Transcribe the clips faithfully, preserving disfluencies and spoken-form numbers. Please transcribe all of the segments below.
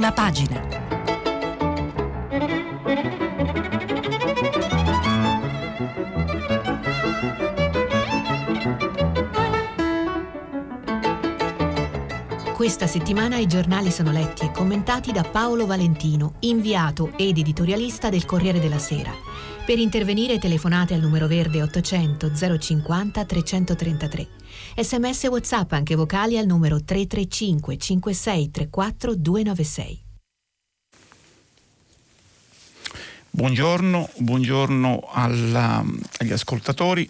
Prima pagina. Questa settimana i giornali sono letti e commentati da Paolo Valentino, inviato ed editorialista del Corriere della Sera. Per intervenire telefonate al numero verde ottocento zero cinquanta trecentotrentatré. Sms e WhatsApp anche vocali al numero tre tre cinque cinque sei tre quattro due nove sei. Buongiorno, buongiorno alla, agli ascoltatori.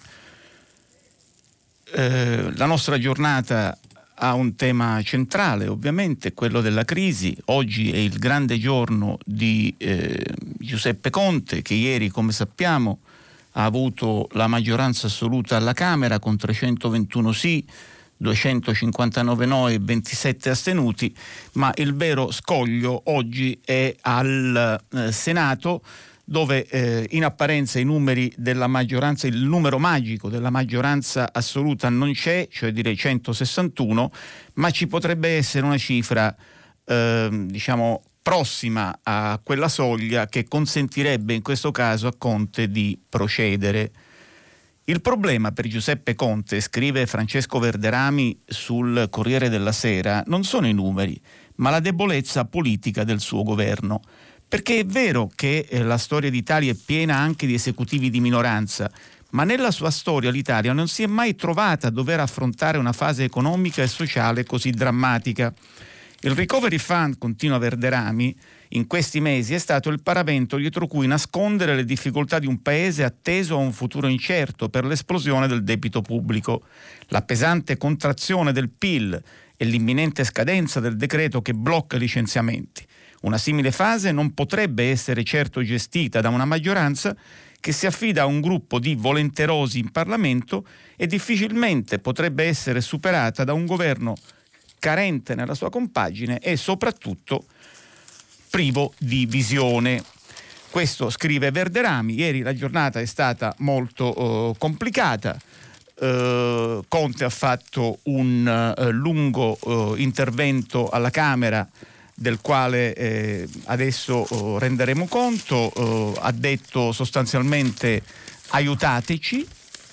Eh, la nostra giornata ha un tema centrale, ovviamente, quello della crisi. Oggi è il grande giorno di eh, Giuseppe Conte, che ieri, come sappiamo, ha avuto la maggioranza assoluta alla Camera con trecentoventuno sì, duecentocinquantanove no e ventisette astenuti, ma il vero scoglio oggi è al eh, Senato, dove eh, in apparenza i numeri della maggioranza, il numero magico della maggioranza assoluta non c'è, cioè direi centosessantuno, ma ci potrebbe essere una cifra eh, diciamo prossima a quella soglia che consentirebbe in questo caso a Conte di procedere. Il problema per Giuseppe Conte, scrive Francesco Verderami sul Corriere della Sera, non sono i numeri, ma la debolezza politica del suo governo. Perché è vero che eh, la storia d'Italia è piena anche di esecutivi di minoranza, ma nella sua storia l'Italia non si è mai trovata a dover affrontare una fase economica e sociale così drammatica. Il Recovery Fund, continua Verderami, in questi mesi è stato il paravento dietro cui nascondere le difficoltà di un paese atteso a un futuro incerto per l'esplosione del debito pubblico, la pesante contrazione del P I L e l'imminente scadenza del decreto che blocca i licenziamenti. Una simile fase non potrebbe essere certo gestita da una maggioranza che si affida a un gruppo di volenterosi in Parlamento e difficilmente potrebbe essere superata da un governo carente nella sua compagine e soprattutto privo di visione. Questo scrive Verderami. Ieri la giornata è stata molto uh, complicata. Uh, Conte ha fatto un uh, lungo uh, intervento alla Camera, del quale eh, adesso oh, renderemo conto. Oh, ha detto sostanzialmente aiutateci,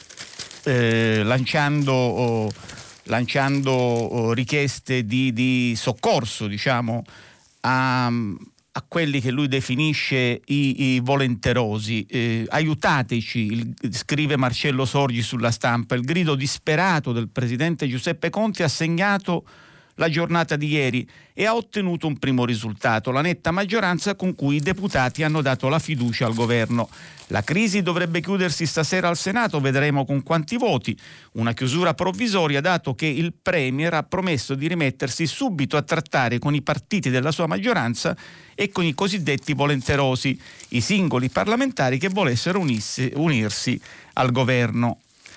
eh, lanciando, oh, lanciando oh, richieste di, di soccorso, diciamo, a, a quelli che lui definisce i, i volenterosi. Eh, aiutateci, il, scrive Marcello Sorgi sulla Stampa. Il grido disperato del presidente Giuseppe Conte ha segnato la giornata di ieri e ha ottenuto un primo risultato, la netta maggioranza con cui i deputati hanno dato la fiducia al governo. La crisi dovrebbe chiudersi stasera al Senato, vedremo con quanti voti. Una chiusura provvisoria, dato che il Premier ha promesso di rimettersi subito a trattare con i partiti della sua maggioranza e con i cosiddetti volenterosi, i singoli parlamentari che volessero unirsi, unirsi al governo.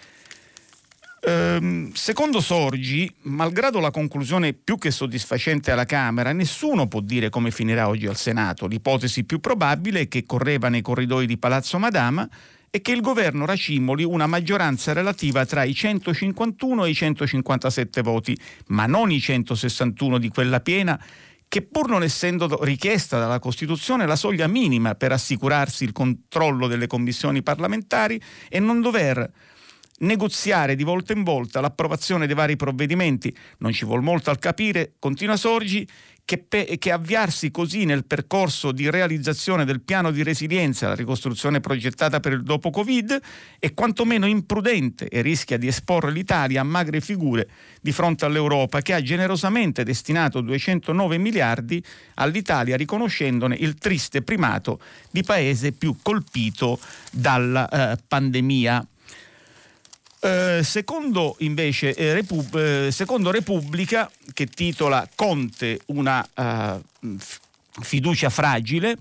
Ehm, secondo Sorgi, malgrado la conclusione più che soddisfacente alla Camera, nessuno può dire come finirà oggi al Senato. L'ipotesi più probabile è che correva nei corridoi di Palazzo Madama e che il governo racimoli una maggioranza relativa tra i centocinquantuno e i centocinquantasette voti, ma non i centosessantuno di quella piena, che pur non essendo richiesta dalla Costituzione la soglia minima per assicurarsi il controllo delle commissioni parlamentari e non dover negoziare di volta in volta l'approvazione dei vari provvedimenti. Non ci vuol molto a capire, continua Sorgi, che, pe- che avviarsi così nel percorso di realizzazione del piano di resilienza, la ricostruzione progettata per il dopo Covid, è quantomeno imprudente e rischia di esporre l'Italia a magre figure di fronte all'Europa, che ha generosamente destinato duecentonove miliardi all'Italia, riconoscendone il triste primato di paese più colpito dalla eh, pandemia. Eh, secondo invece eh, Repub- eh, secondo Repubblica, che titola Conte una uh, fiducia fragile,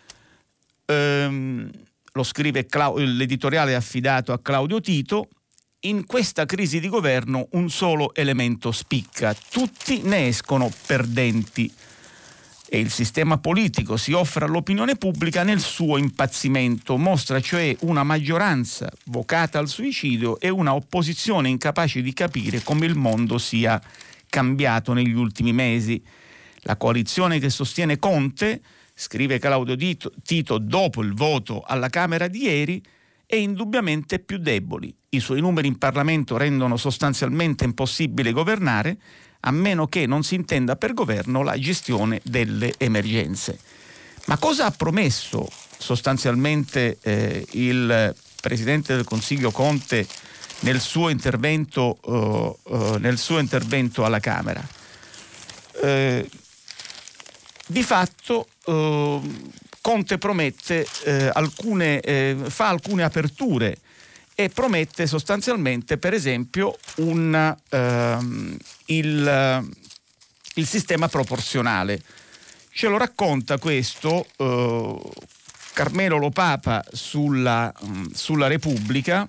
ehm, lo scrive Clau- l'editoriale è affidato a Claudio Tito. In questa crisi di governo un solo elemento spicca: tutti ne escono perdenti. E il sistema politico si offre all'opinione pubblica nel suo impazzimento, mostra cioè una maggioranza vocata al suicidio e una opposizione incapace di capire come il mondo sia cambiato negli ultimi mesi. La coalizione che sostiene Conte, scrive Claudio Tito, Tito dopo il voto alla Camera di ieri, è indubbiamente più deboli. I suoi numeri in Parlamento rendono sostanzialmente impossibile governare, a meno che non si intenda per governo la gestione delle emergenze. Ma cosa ha promesso sostanzialmente eh, il Presidente del Consiglio Conte nel suo intervento, uh, uh, nel suo intervento alla Camera? Eh, di fatto uh, Conte promette eh, alcune, eh, fa alcune aperture e promette sostanzialmente, per esempio, un, uh, il, il sistema proporzionale. Ce lo racconta questo uh, Carmelo Lo Papa sulla, um, sulla Repubblica.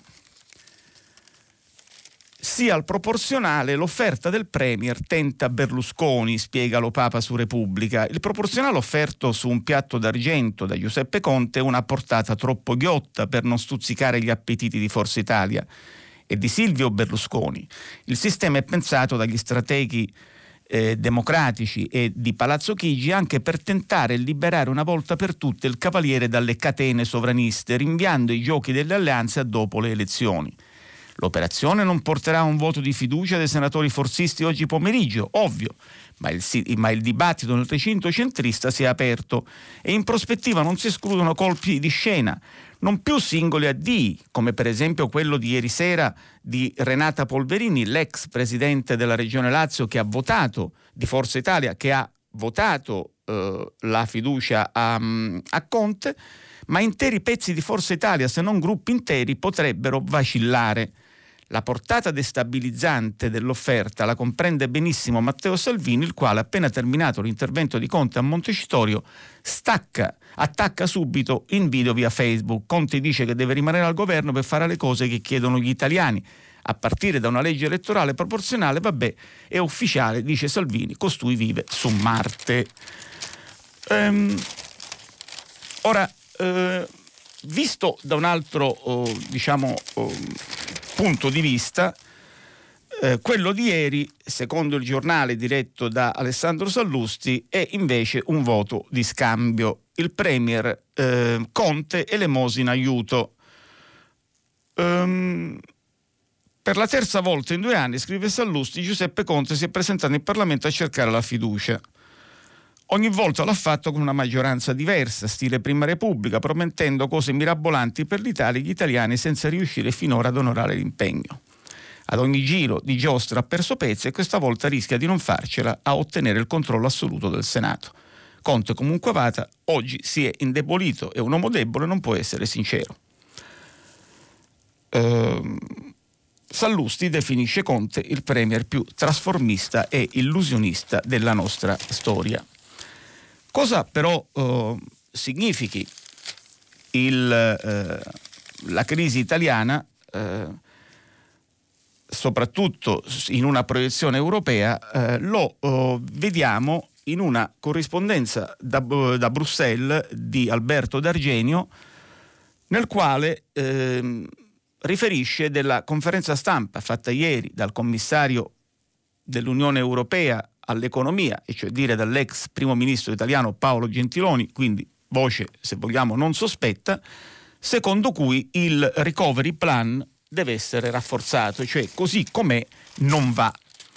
Sia al proporzionale l'offerta del Premier tenta Berlusconi, spiega Lo Papa su Repubblica. Il proporzionale offerto su un piatto d'argento da Giuseppe Conte è una portata troppo ghiotta per non stuzzicare gli appetiti di Forza Italia e di Silvio Berlusconi. Il sistema è pensato dagli strateghi eh, democratici e di Palazzo Chigi anche per tentare e liberare una volta per tutte il Cavaliere dalle catene sovraniste, rinviando i giochi delle alleanze a dopo le elezioni. L'operazione non porterà a un voto di fiducia dei senatori forzisti oggi pomeriggio, ovvio, ma il, ma il dibattito nel recinto centrista si è aperto e in prospettiva non si escludono colpi di scena, non più singoli addii, come per esempio quello di ieri sera di Renata Polverini, l'ex presidente della Regione Lazio che ha votato, di Forza Italia, che ha votato eh, la fiducia a, a Conte, ma interi pezzi di Forza Italia, se non gruppi interi, potrebbero vacillare. La portata destabilizzante dell'offerta la comprende benissimo Matteo Salvini, il quale, appena terminato l'intervento di Conte a Montecitorio, stacca, attacca subito in video via Facebook. Conte dice che deve rimanere al governo per fare le cose che chiedono gli italiani, a partire da una legge elettorale proporzionale. Vabbè, è ufficiale, dice Salvini, costui vive su Marte. Ehm, ora, eh, visto da un altro, oh, diciamo, oh, punto di vista, eh, quello di ieri, secondo il giornale diretto da Alessandro Sallusti, è invece un voto di scambio. Il premier eh, Conte elemosina aiuto. Um, per la terza volta in due anni, scrive Sallusti, Giuseppe Conte si è presentato in Parlamento a cercare la fiducia. Ogni volta l'ha fatto con una maggioranza diversa, stile Prima Repubblica, promettendo cose mirabolanti per l'Italia e gli italiani senza riuscire finora ad onorare l'impegno. Ad ogni giro di giostra ha perso pezzi e questa volta rischia di non farcela a ottenere il controllo assoluto del Senato. Conte comunque vada, oggi si è indebolito e un uomo debole non può essere sincero. Ehm... Sallusti definisce Conte il premier più trasformista e illusionista della nostra storia. Cosa però eh, significhi il, eh, la crisi italiana, eh, soprattutto in una proiezione europea, eh, lo eh, vediamo in una corrispondenza da, da Bruxelles di Alberto D'Argenio, nel quale eh, riferisce della conferenza stampa fatta ieri dal commissario dell'Unione Europea all'economia, e cioè dire dall'ex primo ministro italiano Paolo Gentiloni, quindi voce, se vogliamo, non sospetta, secondo cui il recovery plan deve essere rafforzato, cioè così com'è non va.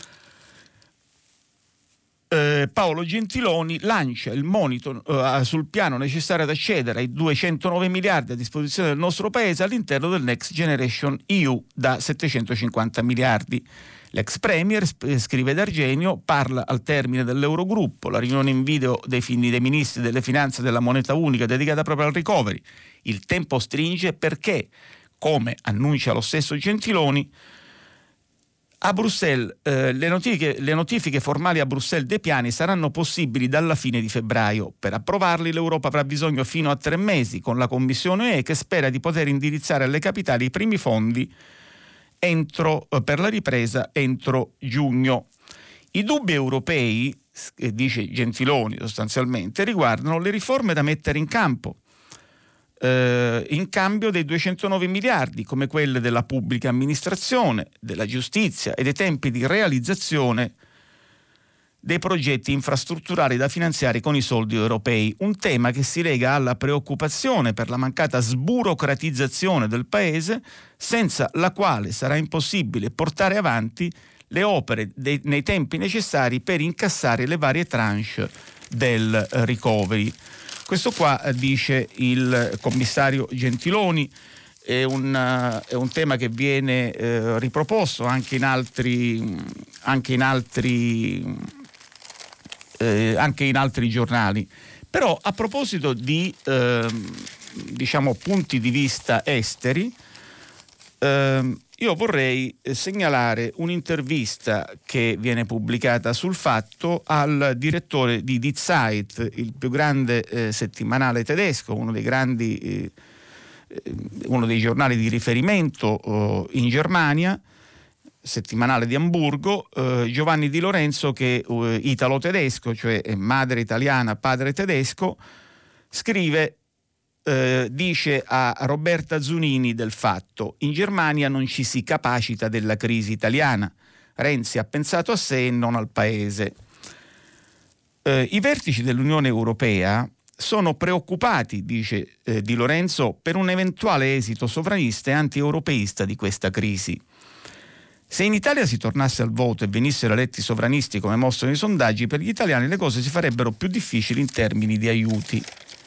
Eh, Paolo Gentiloni lancia il monito eh, sul piano necessario ad accedere ai duecentonove miliardi a disposizione del nostro paese all'interno del Next Generation E U da settecentocinquanta miliardi. L'ex premier, scrive D'Argenio, parla al termine dell'Eurogruppo, la riunione in video dei, dei ministri delle finanze della moneta unica dedicata proprio al recovery. Il tempo stringe perché, come annuncia lo stesso Gentiloni, a Bruxelles eh, le, notifiche, le notifiche formali a Bruxelles dei piani saranno possibili dalla fine di febbraio. Per approvarli l'Europa avrà bisogno fino a tre mesi, con la Commissione U E che spera di poter indirizzare alle capitali i primi fondi entro, eh, per la ripresa entro giugno. I dubbi europei, eh, dice Gentiloni sostanzialmente, riguardano le riforme da mettere in campo eh, in cambio dei duecentonove miliardi, come quelle della pubblica amministrazione, della giustizia e dei tempi di realizzazione dei progetti infrastrutturali da finanziare con i soldi europei, un tema che si lega alla preoccupazione per la mancata sburocratizzazione del Paese, senza la quale sarà impossibile portare avanti le opere dei, nei tempi necessari per incassare le varie tranche del recovery. Questo qua dice il commissario Gentiloni. È un, è un tema che viene eh, riproposto anche in altri, anche in altri, eh, anche in altri giornali. Però a proposito di eh, diciamo punti di vista esteri, eh, io vorrei segnalare un'intervista che viene pubblicata sul Fatto al direttore di Die Zeit, il più grande eh, settimanale tedesco, uno dei grandi eh, uno dei giornali di riferimento uh, in Germania, settimanale di Amburgo. uh, Giovanni Di Lorenzo, che uh, italo-tedesco, cioè madre italiana, padre tedesco, scrive, uh, dice a Roberta Zunini del Fatto: in Germania non ci si capacita della crisi italiana, Renzi ha pensato a sé e non al paese. Uh, I vertici dell'Unione Europea sono preoccupati, dice eh, Di Lorenzo, per un eventuale esito sovranista e anti-europeista di questa crisi. Se in Italia si tornasse al voto e venissero eletti sovranisti come mostrano i sondaggi, per gli italiani le cose si farebbero più difficili in termini di aiuti.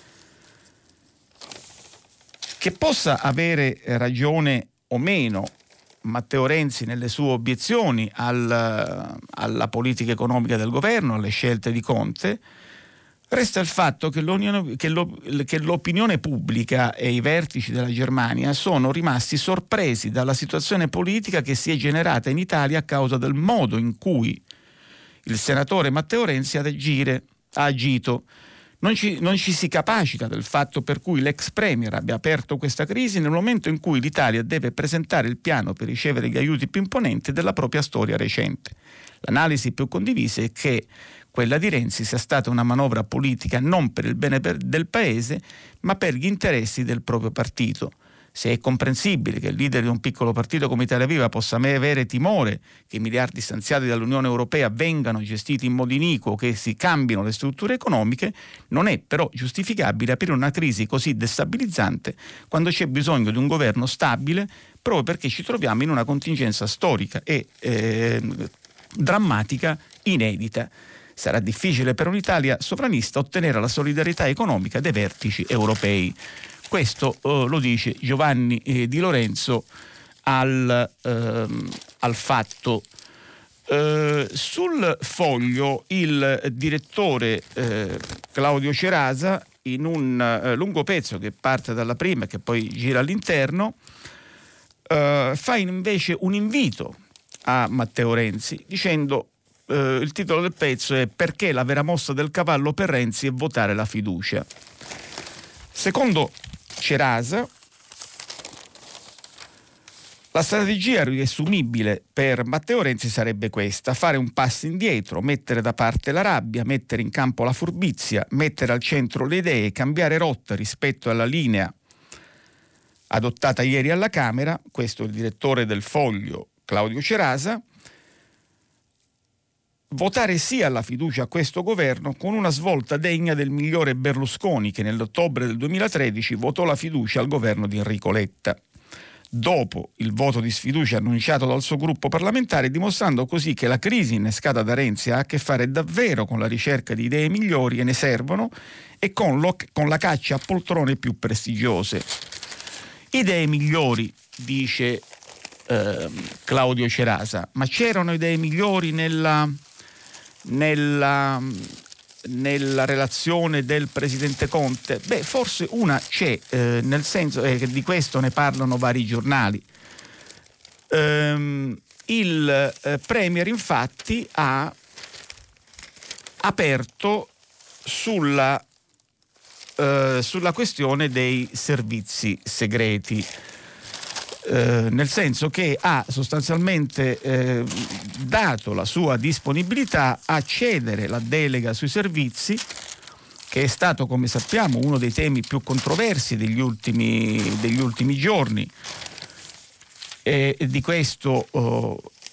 Che possa avere ragione o meno Matteo Renzi nelle sue obiezioni al, alla politica economica del governo, alle scelte di Conte, resta il fatto che, che, lo, che l'opinione pubblica e i vertici della Germania sono rimasti sorpresi dalla situazione politica che si è generata in Italia a causa del modo in cui il senatore Matteo Renzi ad agire, ha agito. Non ci, non ci si capacita del fatto per cui l'ex premier abbia aperto questa crisi nel momento in cui l'Italia deve presentare il piano per ricevere gli aiuti più imponenti della propria storia recente. L'analisi più condivisa è che quella di Renzi sia stata una manovra politica non per il bene per, del Paese, ma per gli interessi del proprio partito. Se è comprensibile che il leader di un piccolo partito come Italia Viva possa avere timore che i miliardi stanziati dall'Unione Europea vengano gestiti in modo iniquo, che si cambino le strutture economiche, non è però giustificabile aprire una crisi così destabilizzante quando c'è bisogno di un governo stabile, proprio perché ci troviamo in una contingenza storica e eh, drammatica inedita. Sarà difficile per un'Italia sovranista ottenere la solidarietà economica dei vertici europei. Questo eh, lo dice Giovanni eh, Di Lorenzo al, ehm, al Fatto. Eh, sul Foglio il direttore eh, Claudio Cerasa, in un eh, lungo pezzo che parte dalla prima e che poi gira all'interno, eh, fa invece un invito a Matteo Renzi dicendo: Uh, il titolo del pezzo è "Perché la vera mossa del cavallo per Renzi è votare la fiducia". Secondo Cerasa, la strategia riassumibile per Matteo Renzi sarebbe questa: fare un passo indietro, mettere da parte la rabbia, mettere in campo la furbizia, mettere al centro le idee, cambiare rotta rispetto alla linea adottata ieri alla Camera. Questo è il direttore del Foglio Claudio Cerasa. Votare sì alla fiducia a questo governo con una svolta degna del migliore Berlusconi, che nell'ottobre del duemilatredici votò la fiducia al governo di Enrico Letta, dopo il voto di sfiducia annunciato dal suo gruppo parlamentare, dimostrando così che la crisi innescata da Renzi ha a che fare davvero con la ricerca di idee migliori, e ne servono, e con, lo, con la caccia a poltrone più prestigiose. Idee migliori, dice eh, Claudio Cerasa, ma c'erano idee migliori nella... Nella, nella relazione del presidente Conte? Beh, forse una c'è, eh, nel senso che eh, di questo ne parlano vari giornali. Ehm, il eh, Premier infatti ha aperto sulla, eh, sulla questione dei servizi segreti. Eh, nel senso che ha sostanzialmente eh, dato la sua disponibilità a cedere la delega sui servizi, che è stato, come sappiamo, uno dei temi più controversi degli ultimi, degli ultimi giorni. E di questo oh,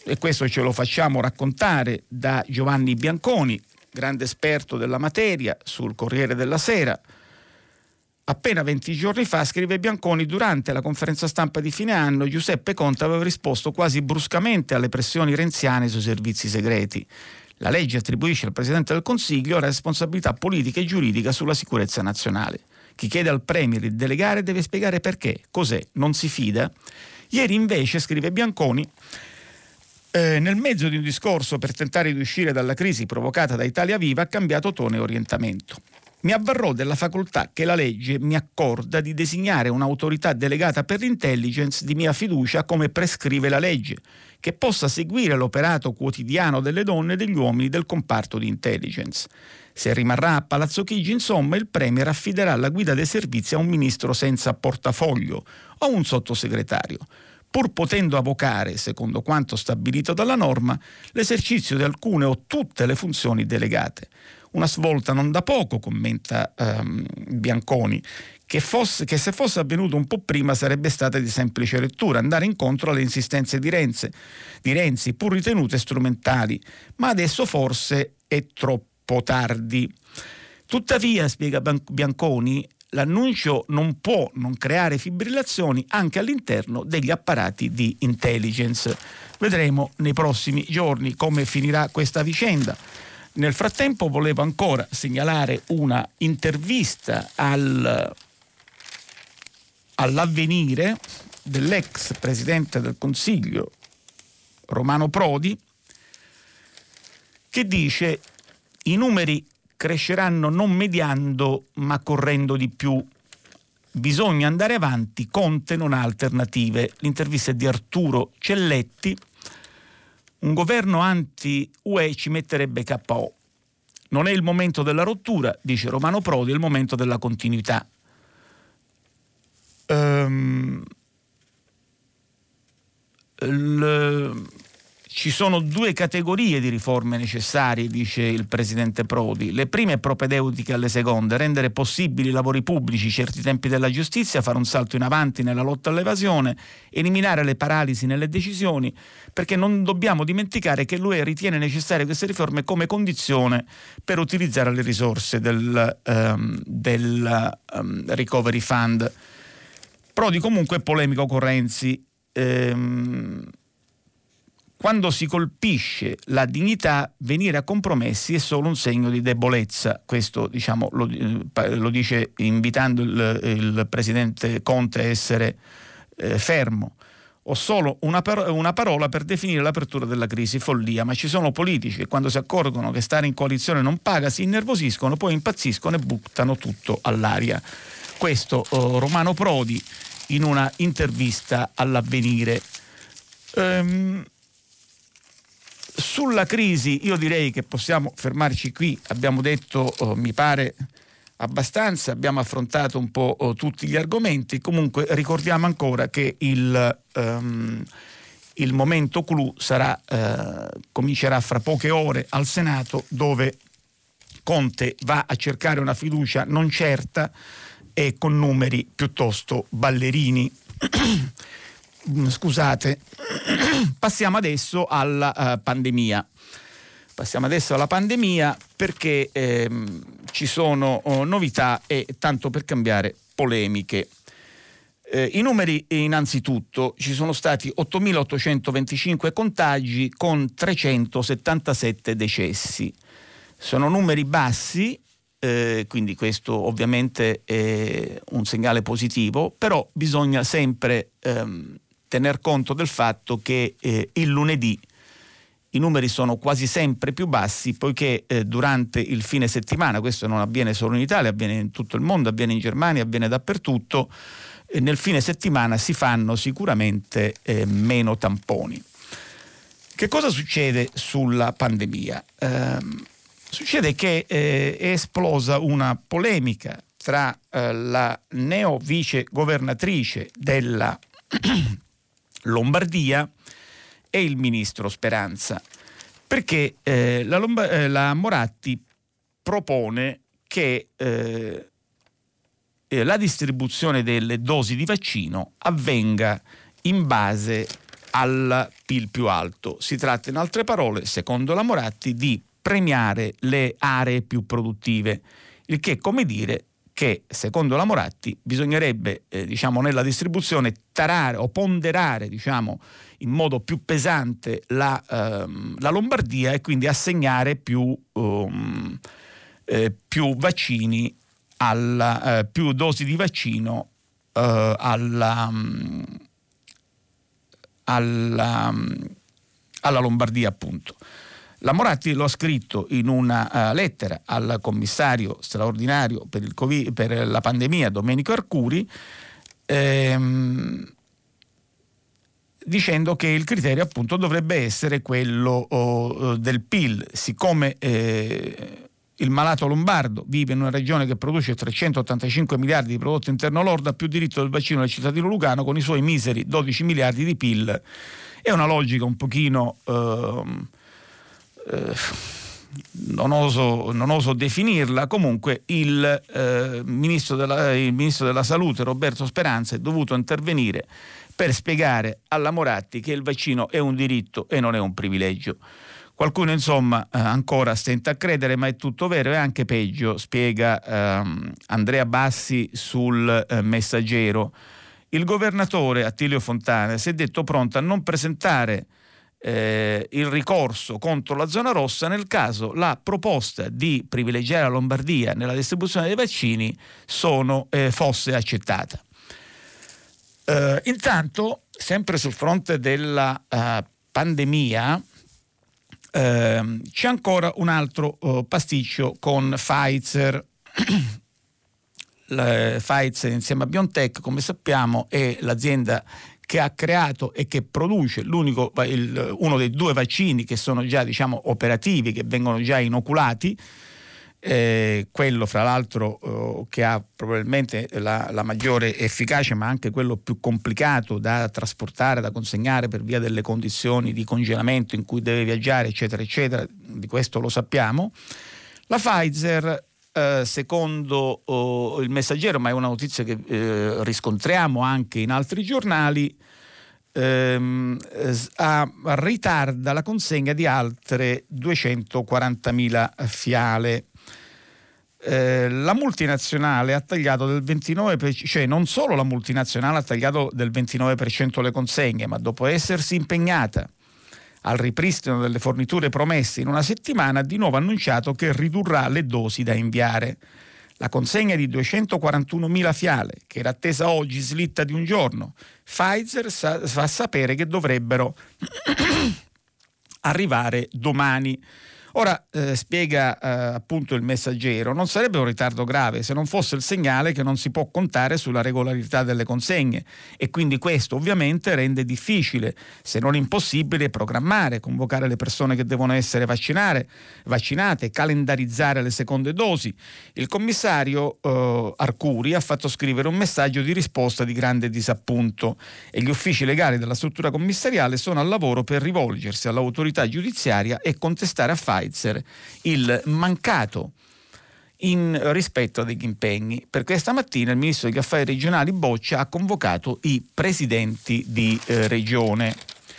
e questo ce lo facciamo raccontare da Giovanni Bianconi, grande esperto della materia, sul Corriere della Sera. Appena venti giorni fa, scrive Bianconi, durante la conferenza stampa di fine anno Giuseppe Conte aveva risposto quasi bruscamente alle pressioni renziane sui servizi segreti. La legge attribuisce al Presidente del Consiglio la responsabilità politica e giuridica sulla sicurezza nazionale. Chi chiede al Premier di delegare deve spiegare perché, cos'è, non si fida? Ieri invece, scrive Bianconi, eh, nel mezzo di un discorso per tentare di uscire dalla crisi provocata da Italia Viva ha cambiato tono e orientamento. Mi avvarrò della facoltà che la legge mi accorda di designare un'autorità delegata per l'intelligence di mia fiducia come prescrive la legge, che possa seguire l'operato quotidiano delle donne e degli uomini del comparto di intelligence. Se rimarrà a Palazzo Chigi, insomma, il Premier affiderà la guida dei servizi a un ministro senza portafoglio o un sottosegretario, pur potendo avocare, secondo quanto stabilito dalla norma, l'esercizio di alcune o tutte le funzioni delegate. Una svolta non da poco, commenta um, Bianconi, che, fosse, che se fosse avvenuto un po' prima sarebbe stata di semplice lettura, andare incontro alle insistenze di Renzi, di Renzi, pur ritenute strumentali, ma adesso forse è troppo tardi. Tuttavia, spiega Bianconi, l'annuncio non può non creare fibrillazioni anche all'interno degli apparati di intelligence. Vedremo nei prossimi giorni come finirà questa vicenda. Nel frattempo volevo ancora segnalare una intervista al, all'Avvenire dell'ex Presidente del Consiglio Romano Prodi, che dice: i numeri cresceranno non mediando ma correndo di più. Bisogna andare avanti, Conte non ha alternative. L'intervista è di Arturo Celletti. Un governo anti-U E ci metterebbe K O. Non è il momento della rottura, dice Romano Prodi, è il momento della continuità. Um, il, ci sono due categorie di riforme necessarie, dice il presidente Prodi. Le prime propedeutiche alle seconde: rendere possibili i lavori pubblici, certi tempi della giustizia, fare un salto in avanti nella lotta all'evasione, eliminare le paralisi nelle decisioni, perché non dobbiamo dimenticare che l'U E ritiene necessarie queste riforme come condizione per utilizzare le risorse del, um, del um, Recovery Fund. Prodi comunque è polemico con Renzi. Ehm, Quando si colpisce la dignità, venire a compromessi è solo un segno di debolezza. Questo, diciamo, lo, lo dice invitando il, il presidente Conte a essere eh, fermo. Ho solo una, par- una parola per definire l'apertura della crisi: follia. Ma ci sono politici che, quando si accorgono che stare in coalizione non paga, si innervosiscono, poi impazziscono e buttano tutto all'aria. Questo oh, Romano Prodi in una intervista all'Avvenire. Ehm, Sulla crisi io direi che possiamo fermarci qui. Abbiamo detto, oh, mi pare, abbastanza, abbiamo affrontato un po' oh, tutti gli argomenti. Comunque ricordiamo ancora che il, um, il momento clou sarà, uh, comincerà fra poche ore al Senato, dove Conte va a cercare una fiducia non certa e con numeri piuttosto ballerini. Scusate, passiamo adesso alla uh, pandemia. Passiamo adesso alla pandemia perché ehm, ci sono oh, novità e, tanto per cambiare, polemiche. Eh, I numeri, innanzitutto, ci sono stati ottomilaottocentoventicinque contagi con trecentosettantasette decessi. Sono numeri bassi, eh, quindi questo ovviamente è un segnale positivo, però bisogna sempre ehm, tener conto del fatto che eh, il lunedì i numeri sono quasi sempre più bassi, poiché eh, durante il fine settimana, questo non avviene solo in Italia, avviene in tutto il mondo, avviene in Germania, avviene dappertutto, e nel fine settimana si fanno sicuramente eh, meno tamponi. Che cosa succede sulla pandemia? Eh, succede che eh, è esplosa una polemica tra eh, la neo vice governatrice della Lombardia e il ministro Speranza, perché eh, la, Lomba- eh, la Moratti propone che eh, la distribuzione delle dosi di vaccino avvenga in base al P I L più alto. Si tratta, in altre parole, secondo la Moratti, di premiare le aree più produttive, il che, come dire, che secondo la Moratti bisognerebbe eh, diciamo nella distribuzione tarare o ponderare diciamo in modo più pesante la, ehm, la Lombardia e quindi assegnare più, um, eh, più vaccini alla, eh, più dosi di vaccino eh, alla, um, alla, um, alla Lombardia, appunto. La Moratti lo ha scritto in una uh, lettera al commissario straordinario per, il COVID, per la pandemia, Domenico Arcuri, ehm, dicendo che il criterio appunto dovrebbe essere quello oh, del P I L, siccome eh, il malato lombardo vive in una regione che produce trecentottantacinque miliardi di prodotto interno lordo, ha più diritto del vaccino del cittadino lucano con i suoi miseri dodici miliardi di P I L. È una logica un pochino... Eh, Eh, non oso, non oso definirla. Comunque il, eh, ministro della, il ministro della Salute Roberto Speranza è dovuto intervenire per spiegare alla Moratti che il vaccino è un diritto e non è un privilegio. Qualcuno insomma eh, ancora stenta a credere, ma è tutto vero e anche peggio, spiega ehm, Andrea Bassi sul eh, Messaggero. Il governatore Attilio Fontana si è detto pronto a non presentare Eh, il ricorso contro la zona rossa nel caso la proposta di privilegiare la Lombardia nella distribuzione dei vaccini sono, eh, fosse accettata. Eh, intanto, sempre sul fronte della uh, pandemia, eh, c'è ancora un altro uh, pasticcio con Pfizer. La, Pfizer insieme a BioNTech, come sappiamo, è l'azienda che ha creato e che produce l'unico, il, uno dei due vaccini che sono già diciamo operativi, che vengono già inoculati, eh, quello fra l'altro eh, che ha probabilmente la, la maggiore efficacia, ma anche quello più complicato da trasportare, da consegnare per via delle condizioni di congelamento in cui deve viaggiare, eccetera eccetera, di questo lo sappiamo. La Pfizer, Uh, secondo uh, il Messaggero, ma è una notizia che uh, riscontriamo anche in altri giornali, um, uh, ritarda la consegna di altre duecentoquarantamila fiale. Uh, la multinazionale ha tagliato del ventinove per cento, cioè non solo la multinazionale ha tagliato del ventinove per cento le consegne, ma dopo essersi impegnata al ripristino delle forniture promesse in una settimana, ha di nuovo annunciato che ridurrà le dosi da inviare. La consegna di duecentoquarantunomila fiale, che era attesa oggi, slitta di un giorno. Pfizer sa- fa sapere che dovrebbero arrivare domani. Ora, eh, spiega eh, appunto il Messaggero, non sarebbe un ritardo grave se non fosse il segnale che non si può contare sulla regolarità delle consegne, e quindi questo ovviamente rende difficile, se non impossibile, programmare, convocare le persone che devono essere vaccinare, vaccinate, calendarizzare le seconde dosi. Il commissario eh, Arcuri ha fatto scrivere un messaggio di risposta di grande disappunto e gli uffici legali della struttura commissariale sono al lavoro per rivolgersi all'autorità giudiziaria e contestare a Pfizer il mancato in rispetto degli impegni. Per questa mattina il ministro degli affari regionali Boccia ha convocato i presidenti di eh, regione.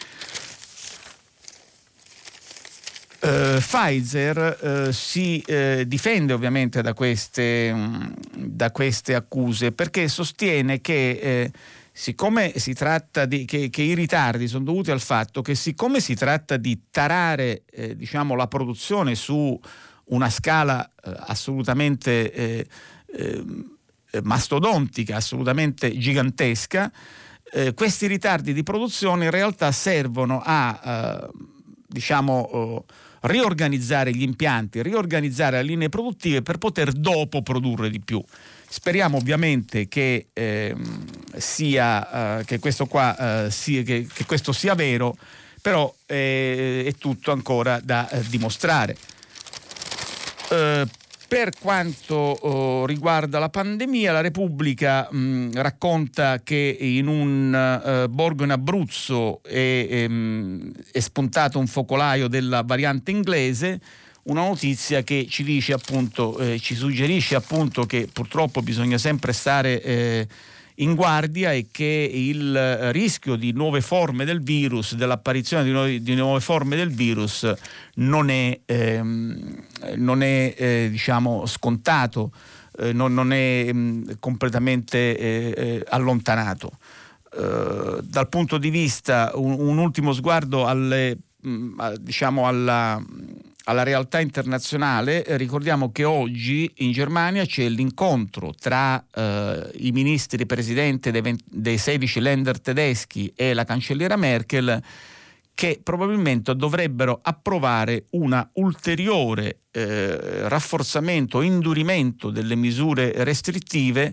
Uh, Pfizer uh, si uh, difende ovviamente da queste, um, da queste accuse, perché sostiene che eh, siccome si tratta di che, che i ritardi sono dovuti al fatto che siccome si tratta di tarare eh, diciamo la produzione su una scala eh, assolutamente eh, eh, mastodontica, assolutamente gigantesca, eh, questi ritardi di produzione in realtà servono a eh, diciamo oh, riorganizzare gli impianti, riorganizzare le linee produttive per poter dopo produrre di più. Speriamo ovviamente che eh, sia uh, che questo qua uh, sia, che, che questo sia vero, però eh, è tutto ancora da uh, dimostrare. Uh, per quanto uh, riguarda la pandemia, la Repubblica mh, racconta che in un uh, borgo in Abruzzo è, è, è spuntato un focolaio della variante inglese. Una notizia che ci dice appunto, eh, ci suggerisce appunto che purtroppo bisogna sempre stare eh, in guardia e che il rischio di nuove forme del virus, dell'apparizione di, nuovi, di nuove forme del virus non è, ehm, non è eh, diciamo scontato, eh, non, non è mh, completamente eh, eh, allontanato. Uh, dal punto di vista, un, un ultimo sguardo alle, mh, diciamo alla, alla realtà internazionale, eh, ricordiamo che oggi in Germania c'è l'incontro tra uh, i ministri presidenti dei, venti, dei sedici Länder tedeschi e la cancelliera Merkel, che probabilmente dovrebbero approvare una ulteriore eh, rafforzamento, indurimento delle misure restrittive,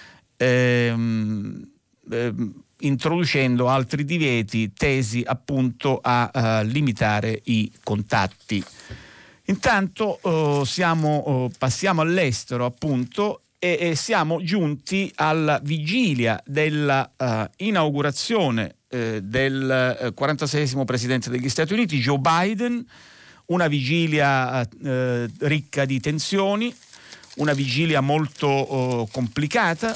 ehm, ehm, introducendo altri divieti tesi appunto a, a limitare i contatti. Intanto uh, siamo, uh, passiamo all'estero appunto e, e siamo giunti alla vigilia della uh, inaugurazione uh, del uh, quarantaseiesimo presidente degli Stati Uniti, Joe Biden, una vigilia uh, ricca di tensioni, una vigilia molto uh, complicata.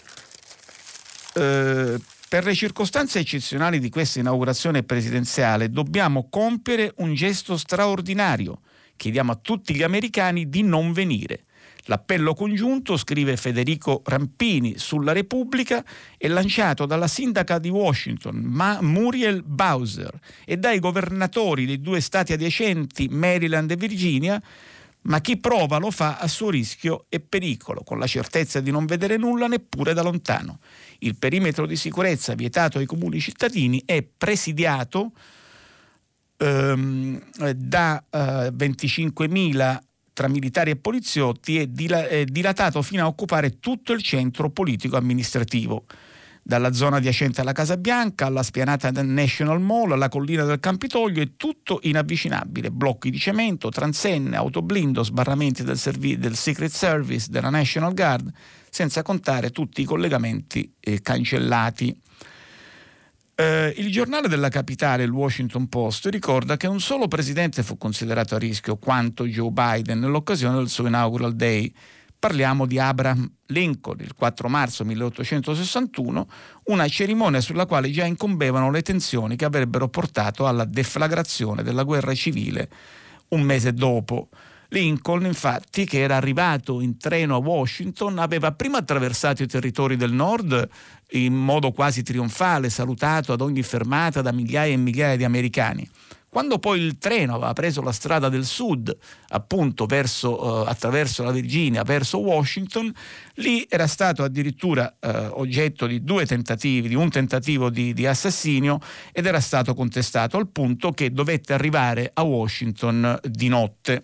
Uh, Per le circostanze eccezionali di questa inaugurazione presidenziale dobbiamo compiere un gesto straordinario. Chiediamo a tutti gli americani di non venire. L'appello congiunto, scrive Federico Rampini sulla Repubblica, è lanciato dalla sindaca di Washington, Ma- Muriel Bowser, e dai governatori dei due stati adiacenti, Maryland e Virginia, ma chi prova lo fa a suo rischio e pericolo, con la certezza di non vedere nulla neppure da lontano. Il perimetro di sicurezza vietato ai comuni cittadini è presidiato ehm, da eh, venticinquemila tra militari e poliziotti e dila- è dilatato fino a occupare tutto il centro politico amministrativo, dalla zona adiacente alla Casa Bianca alla spianata del National Mall, alla collina del Campidoglio, è tutto inavvicinabile: blocchi di cemento, transenne, autoblindo, sbarramenti del, servi- del Secret Service, della National Guard, senza contare tutti i collegamenti eh, cancellati. Eh, il giornale della capitale, il Washington Post, ricorda che un solo presidente fu considerato a rischio quanto Joe Biden nell'occasione del suo inaugural day. Parliamo di Abraham Lincoln, il quattro marzo milleottocentosessantuno, una cerimonia sulla quale già incombevano le tensioni che avrebbero portato alla deflagrazione della guerra civile un mese dopo. Lincoln, infatti, che era arrivato in treno a Washington, aveva prima attraversato i territori del nord in modo quasi trionfale, salutato ad ogni fermata da migliaia e migliaia di americani. Quando poi il treno aveva preso la strada del sud, appunto verso, eh, attraverso la Virginia, verso Washington, lì era stato addirittura eh, oggetto di due tentativi, di un tentativo di, di assassinio, ed era stato contestato al punto che dovette arrivare a Washington di notte.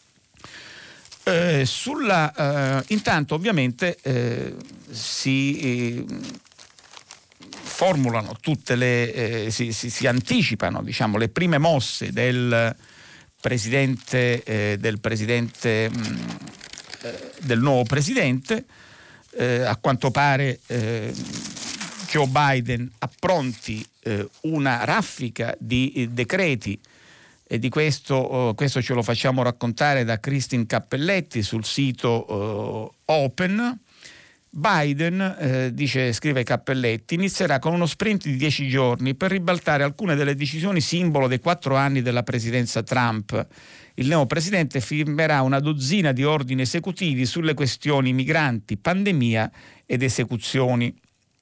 Eh, sulla, eh, intanto ovviamente eh, si eh, formulano tutte le eh, si, si, si anticipano diciamo le prime mosse del presidente eh, del presidente mh, eh, del nuovo presidente. Eh, a quanto pare eh, Joe Biden appronti eh, una raffica di eh, decreti. E di questo, uh, questo ce lo facciamo raccontare da Christine Cappelletti sul sito uh, Open. Biden, eh, dice, scrive Cappelletti, inizierà con uno sprint di dieci giorni per ribaltare alcune delle decisioni simbolo dei quattro anni della presidenza Trump. Il neopresidente firmerà una dozzina di ordini esecutivi sulle questioni migranti, pandemia ed esecuzioni.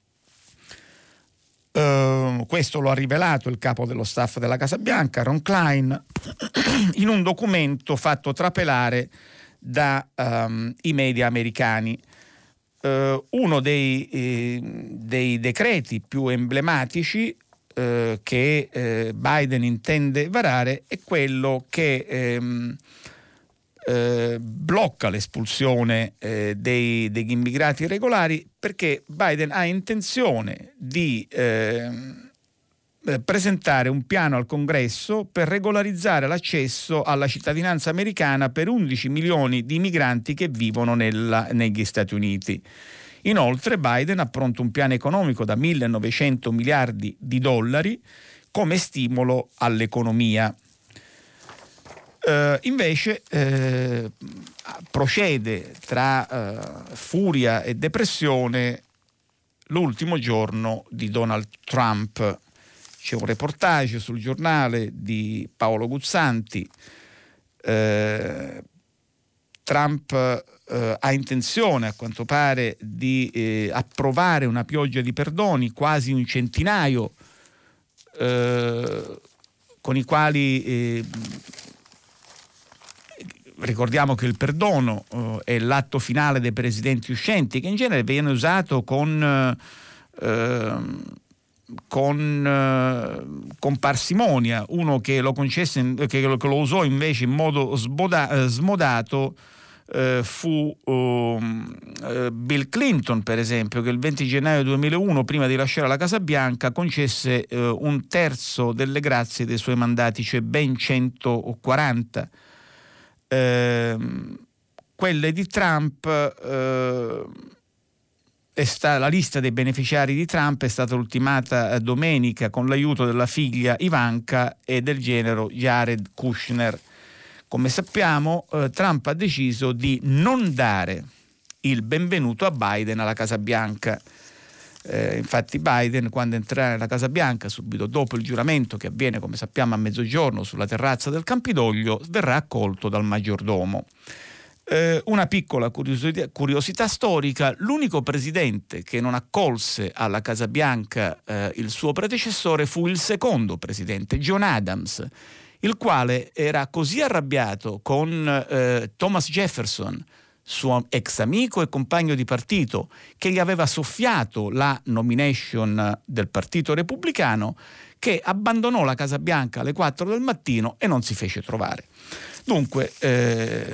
Uh, questo lo ha rivelato il capo dello staff della Casa Bianca, Ron Klein, in un documento fatto trapelare dai um, media americani. Uh, uno dei, eh, dei decreti più emblematici eh, che eh, Biden intende varare è quello che ehm, eh, blocca l'espulsione eh, dei, degli immigrati irregolari, perché Biden ha intenzione di eh, presentare un piano al Congresso per regolarizzare l'accesso alla cittadinanza americana per undici milioni di migranti che vivono nella, negli Stati Uniti. Inoltre Biden ha pronto un piano economico da millenovecento miliardi di dollari come stimolo all'economia. Uh, invece uh, procede tra uh, furia e depressione l'ultimo giorno di Donald Trump. C'è un reportage sul Giornale di Paolo Guzzanti. Eh, Trump eh, ha intenzione, a quanto pare, di eh, approvare una pioggia di perdoni, quasi un centinaio, eh, con i quali eh, ricordiamo che il perdono eh, è l'atto finale dei presidenti uscenti, che in genere viene usato con, eh, con, eh, con parsimonia. Uno che lo concesse, che lo, che lo usò invece in modo sboda, smodato eh, fu um, eh, Bill Clinton, per esempio, che il venti gennaio duemilauno, prima di lasciare la Casa Bianca, concesse eh, un terzo delle grazie dei suoi mandati, cioè ben centoquaranta. Eh, quelle di Trump, eh, è sta, la lista dei beneficiari di Trump è stata ultimata domenica con l'aiuto della figlia Ivanka e del genero Jared Kushner. Come sappiamo, eh, Trump ha deciso di non dare il benvenuto a Biden alla Casa Bianca. Eh, infatti Biden, quando entrerà nella Casa Bianca, subito dopo il giuramento, che avviene, come sappiamo, a mezzogiorno sulla terrazza del Campidoglio, verrà accolto dal maggiordomo. Eh, una piccola curiosità, curiosità storica: l'unico presidente che non accolse alla Casa Bianca eh, il suo predecessore fu il secondo presidente, John Adams, il quale era così arrabbiato con eh, Thomas Jefferson, suo ex amico e compagno di partito, che gli aveva soffiato la nomination del Partito Repubblicano, che abbandonò la Casa Bianca alle quattro del mattino e non si fece trovare. Dunque, eh,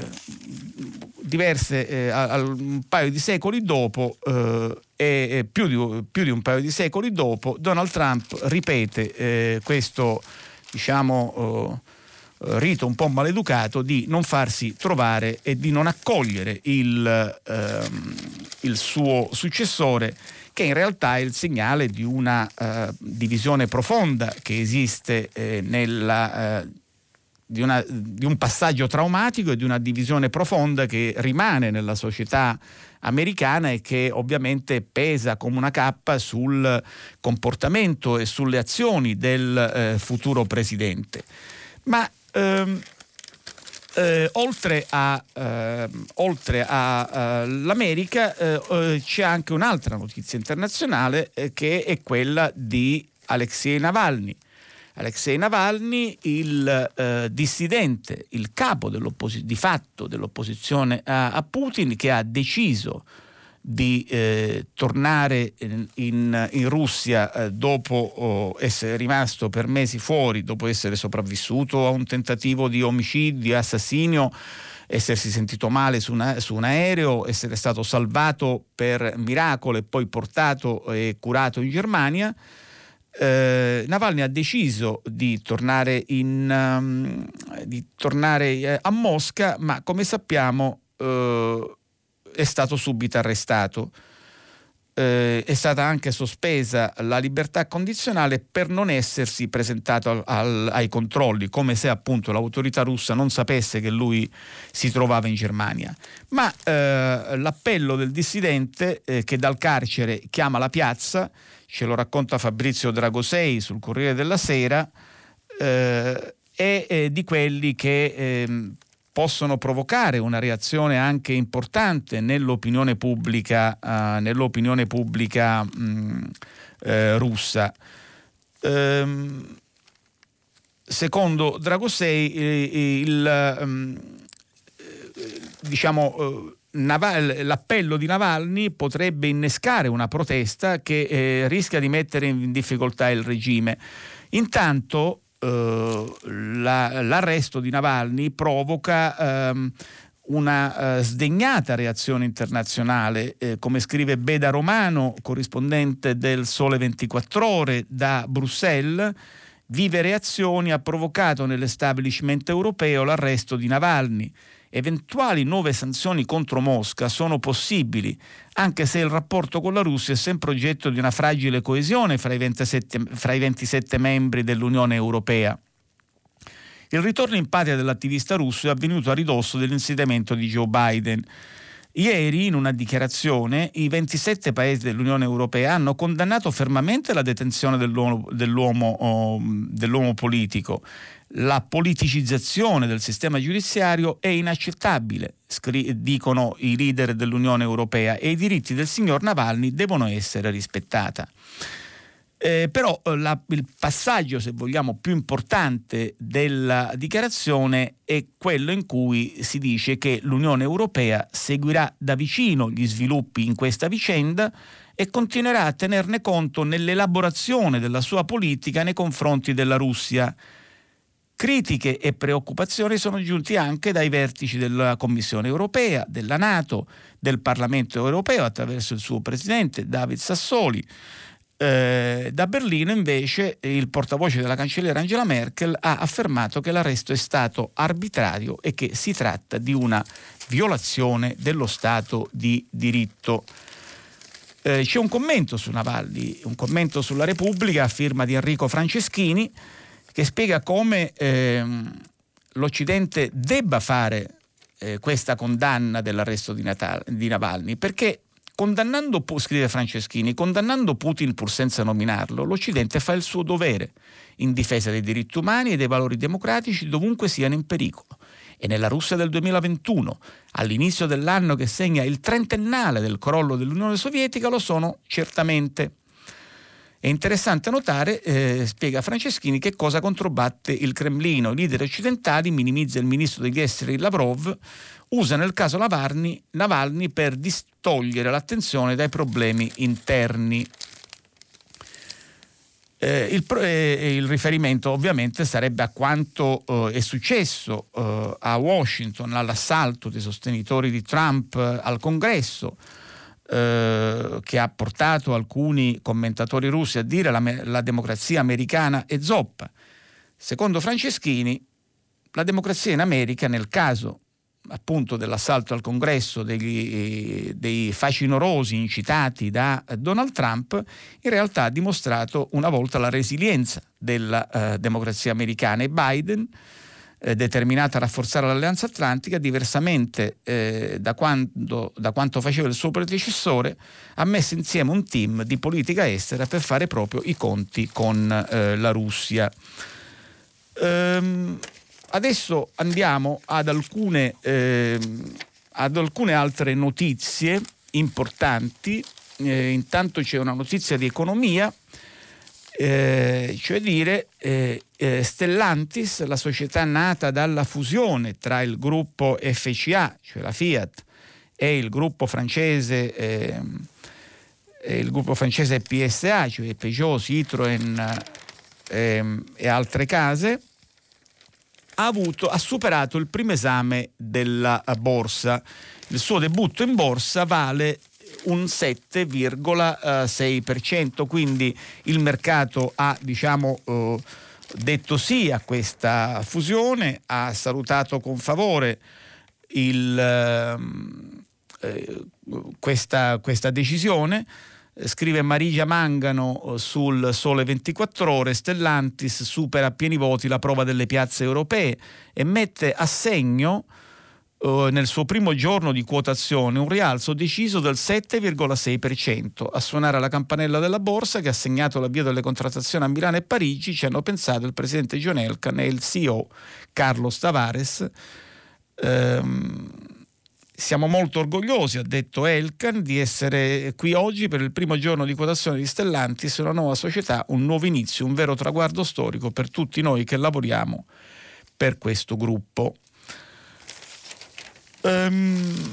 diverse, eh, al, un paio di secoli dopo, eh, e più di, più di un paio di secoli dopo, Donald Trump ripete eh, questo, diciamo, eh, rito un po' maleducato di non farsi trovare e di non accogliere il, ehm, il suo successore, che in realtà è il segnale di una eh, divisione profonda che esiste eh, nella... Eh, Di, una, di un passaggio traumatico e di una divisione profonda che rimane nella società americana e che ovviamente pesa come una cappa sul comportamento e sulle azioni del eh, futuro presidente. Ma ehm, eh, oltre a eh, oltre all'America eh, eh, c'è anche un'altra notizia internazionale eh, che è quella di Alexei Navalny. Alexei Navalny, il eh, dissidente, il capo di fatto dell'opposizione a, a Putin, che ha deciso di eh, tornare in, in, in Russia eh, dopo oh, essere rimasto per mesi fuori, dopo essere sopravvissuto a un tentativo di omicidio, assassinio, essersi sentito male su, una, su un aereo, essere stato salvato per miracolo e poi portato e curato in Germania. Eh, Navalny ha deciso di tornare, in, um, di tornare eh, a Mosca, ma come sappiamo eh, è stato subito arrestato. Eh, è stata anche sospesa la libertà condizionale per non essersi presentato al, al, ai controlli, come se appunto l'autorità russa non sapesse che lui si trovava in Germania. Ma eh, l'appello del dissidente eh, che dal carcere chiama la piazza, ce lo racconta Fabrizio Dragosei sul Corriere della Sera, eh, è, è di quelli che eh, possono provocare una reazione anche importante nell'opinione pubblica, uh, nell'opinione pubblica mh, eh, russa. Ehm, secondo Dragosei, il, il, um, diciamo, uh, Naval, l'appello di Navalny potrebbe innescare una protesta che eh, rischia di mettere in difficoltà il regime. Intanto Uh, la, l'arresto di Navalny provoca um, una uh, sdegnata reazione internazionale, eh, come scrive Beda Romano, corrispondente del Sole ventiquattro Ore da Bruxelles. Vive reazioni ha provocato nell'establishment europeo l'arresto di Navalny. Eventuali nuove sanzioni contro Mosca sono possibili, anche se il rapporto con la Russia è sempre oggetto di una fragile coesione fra i ventisette, fra i ventisette membri dell'Unione Europea. Il ritorno in patria dell'attivista russo è avvenuto a ridosso dell'insediamento di Joe Biden. Ieri, in una dichiarazione, i ventisette paesi dell'Unione Europea hanno condannato fermamente la detenzione dell'uomo, dell'uomo, oh, dell'uomo politico. La politicizzazione del sistema giudiziario è inaccettabile, scri- dicono i leader dell'Unione Europea, e i diritti del signor Navalny devono essere rispettati. Eh, però la, il passaggio, se vogliamo, più importante della dichiarazione è quello in cui si dice che l'Unione Europea seguirà da vicino gli sviluppi in questa vicenda e continuerà a tenerne conto nell'elaborazione della sua politica nei confronti della Russia. Critiche e preoccupazioni sono giunti anche dai vertici della Commissione Europea, della NATO, del Parlamento Europeo attraverso il suo presidente David Sassoli. Eh, da Berlino invece il portavoce della cancelliera Angela Merkel ha affermato che l'arresto è stato arbitrario e che si tratta di una violazione dello Stato di diritto. Eh, c'è un commento su Navalny, un commento sulla Repubblica a firma di Enrico Franceschini, che spiega come ehm, l'Occidente debba fare eh, questa condanna dell'arresto di, Natal- di Navalny, perché condannando, scrive Franceschini, condannando Putin pur senza nominarlo, l'Occidente fa il suo dovere in difesa dei diritti umani e dei valori democratici dovunque siano in pericolo. E nella Russia del duemilaventuno, all'inizio dell'anno che segna il trentennale del crollo dell'Unione Sovietica, lo sono certamente. È interessante notare, eh, spiega Franceschini, che cosa controbatte il Cremlino. I leader occidentali, minimizza il ministro degli esteri Lavrov, usa nel caso Navalny, Navalny per distogliere l'attenzione dai problemi interni. Eh, il, eh, il riferimento ovviamente sarebbe a quanto eh, è successo eh, a Washington, all'assalto dei sostenitori di Trump eh, al Congresso, eh, che ha portato alcuni commentatori russi a dire la, la democrazia americana è zoppa. Secondo Franceschini, la democrazia in America, nel caso appunto dell'assalto al Congresso, degli, dei facinorosi incitati da Donald Trump, in realtà ha dimostrato una volta la resilienza della eh, democrazia americana, e Biden, eh, determinato a rafforzare l'Alleanza Atlantica, diversamente eh, da, quando, da quanto faceva il suo predecessore, ha messo insieme un team di politica estera per fare proprio i conti con eh, la Russia. Ehm, Adesso andiamo ad alcune, eh, ad alcune altre notizie importanti. Eh, intanto c'è una notizia di economia, eh, cioè dire eh, eh, Stellantis, la società nata dalla fusione tra il gruppo F C A, cioè la Fiat, e il gruppo francese, eh, il gruppo francese P S A, cioè Peugeot, Citroën eh, e altre case, ha, avuto, ha superato il primo esame della borsa. Il suo debutto in borsa vale un sette virgola sei per cento, quindi il mercato ha, diciamo, eh, detto sì a questa fusione, ha salutato con favore il, eh, questa, questa decisione. Scrive Marigia Mangano sul Sole ventiquattro Ore, Stellantis supera a pieni voti la prova delle piazze europee e mette a segno eh, nel suo primo giorno di quotazione un rialzo deciso del sette virgola sei per cento. A suonare la campanella della borsa, che ha segnato l'avvio delle contrattazioni a Milano e Parigi, ci hanno pensato il presidente John Elkann e il C E O Carlos Tavares. Ehm, Siamo molto orgogliosi, ha detto Elkann, di essere qui oggi per il primo giorno di quotazione di Stellantis, una nuova società, un nuovo inizio, un vero traguardo storico per tutti noi che lavoriamo per questo gruppo. Um,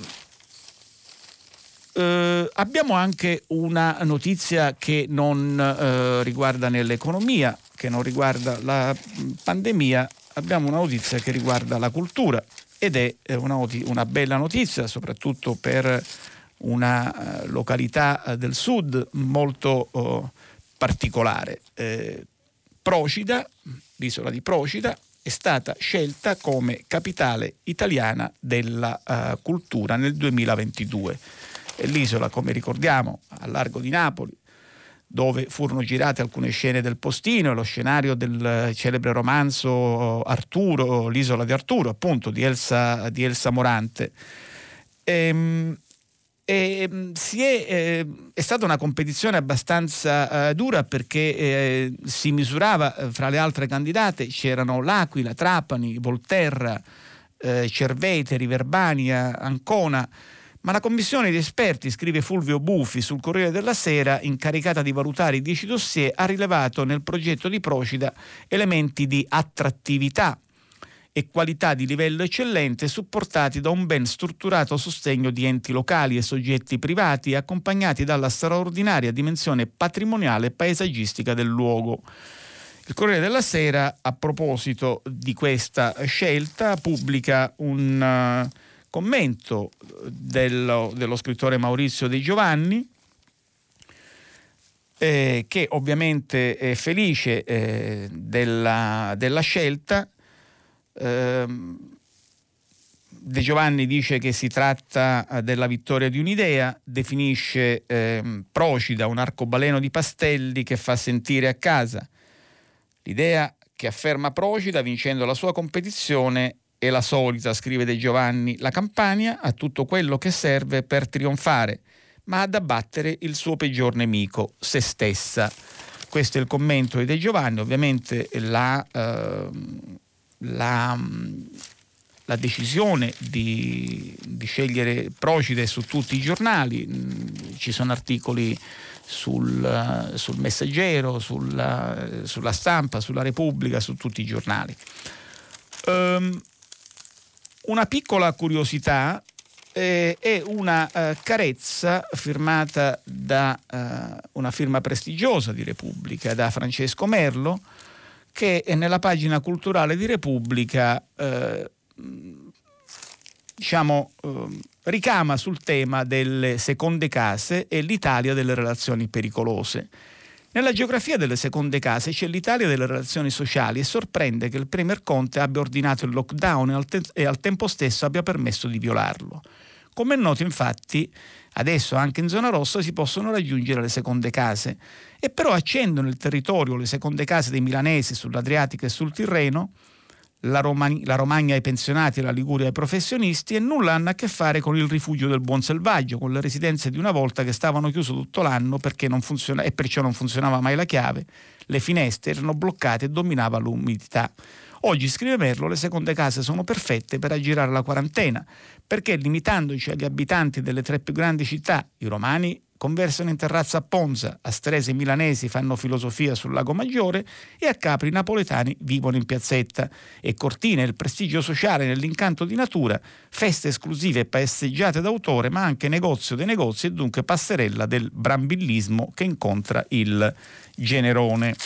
uh, abbiamo anche una notizia che non uh, riguarda nell'economia, che non riguarda la pandemia, abbiamo una notizia che riguarda la cultura. Ed è una, una bella notizia, soprattutto per una uh, località uh, del sud molto uh, particolare. Eh, Procida, l'isola di Procida, è stata scelta come capitale italiana della uh, cultura nel duemilaventidue. E l'isola, come ricordiamo, a largo di Napoli, dove furono girate alcune scene del Postino, lo scenario del celebre romanzo Arturo, l'isola di Arturo, appunto, di Elsa, di Elsa Morante. Ehm, E, mh, si è, eh, è stata una competizione abbastanza eh, dura, perché eh, si misurava eh, fra le altre candidate c'erano L'Aquila, Trapani, Volterra, eh, Cerveteri, Verbania, Ancona, ma la commissione di esperti, scrive Fulvio Bufi sul Corriere della Sera, incaricata di valutare i dieci dossier, ha rilevato nel progetto di Procida elementi di attrattività e qualità di livello eccellente, supportati da un ben strutturato sostegno di enti locali e soggetti privati, accompagnati dalla straordinaria dimensione patrimoniale e paesaggistica del luogo. Il Corriere della Sera, a proposito di questa scelta, pubblica un uh, commento dello, dello scrittore Maurizio De Giovanni, eh, che ovviamente è felice eh, della, della scelta. Eh, De Giovanni dice che si tratta della vittoria di un'idea, definisce eh, Procida un arcobaleno di pastelli che fa sentire a casa. L'idea che afferma Procida vincendo la sua competizione è la solita, scrive De Giovanni: la Campania ha tutto quello che serve per trionfare, ma ad abbattere il suo peggior nemico, se stessa. Questo è il commento di De Giovanni. Ovviamente la, eh, la, la decisione di, di scegliere Procida è su tutti i giornali, ci sono articoli sul, sul Messaggero, sulla, sulla Stampa, sulla Repubblica, su tutti i giornali. Um, Una piccola curiosità eh, è una eh, carezza firmata da eh, una firma prestigiosa di Repubblica, da Francesco Merlo, che nella pagina culturale di Repubblica eh, diciamo eh, ricama sul tema delle seconde case e l'Italia delle relazioni pericolose. Nella geografia delle seconde case c'è l'Italia delle relazioni sociali e sorprende che il premier Conte abbia ordinato il lockdown e al, te- e al tempo stesso abbia permesso di violarlo. Come è noto, infatti, adesso anche in zona rossa si possono raggiungere le seconde case, e però accendono il territorio le seconde case dei milanesi sull'Adriatico e sul Tirreno, la, Romani- la Romagna ai pensionati e la Liguria ai professionisti, e nulla hanno a che fare con il rifugio del buon selvaggio, con le residenze di una volta che stavano chiuse tutto l'anno perché non funziona- e perciò non funzionava mai la chiave, le finestre erano bloccate e dominava l'umidità. Oggi, scrive Merlo, le seconde case sono perfette per aggirare la quarantena, perché limitandoci agli abitanti delle tre più grandi città, i romani conversano in terrazza a Ponza, a Strese i milanesi fanno filosofia sul Lago Maggiore e a Capri i napoletani vivono in piazzetta, e Cortina il prestigio sociale nell'incanto di natura, feste esclusive e passeggiate d'autore, ma anche negozio dei negozi e dunque passerella del brambillismo che incontra il Generone.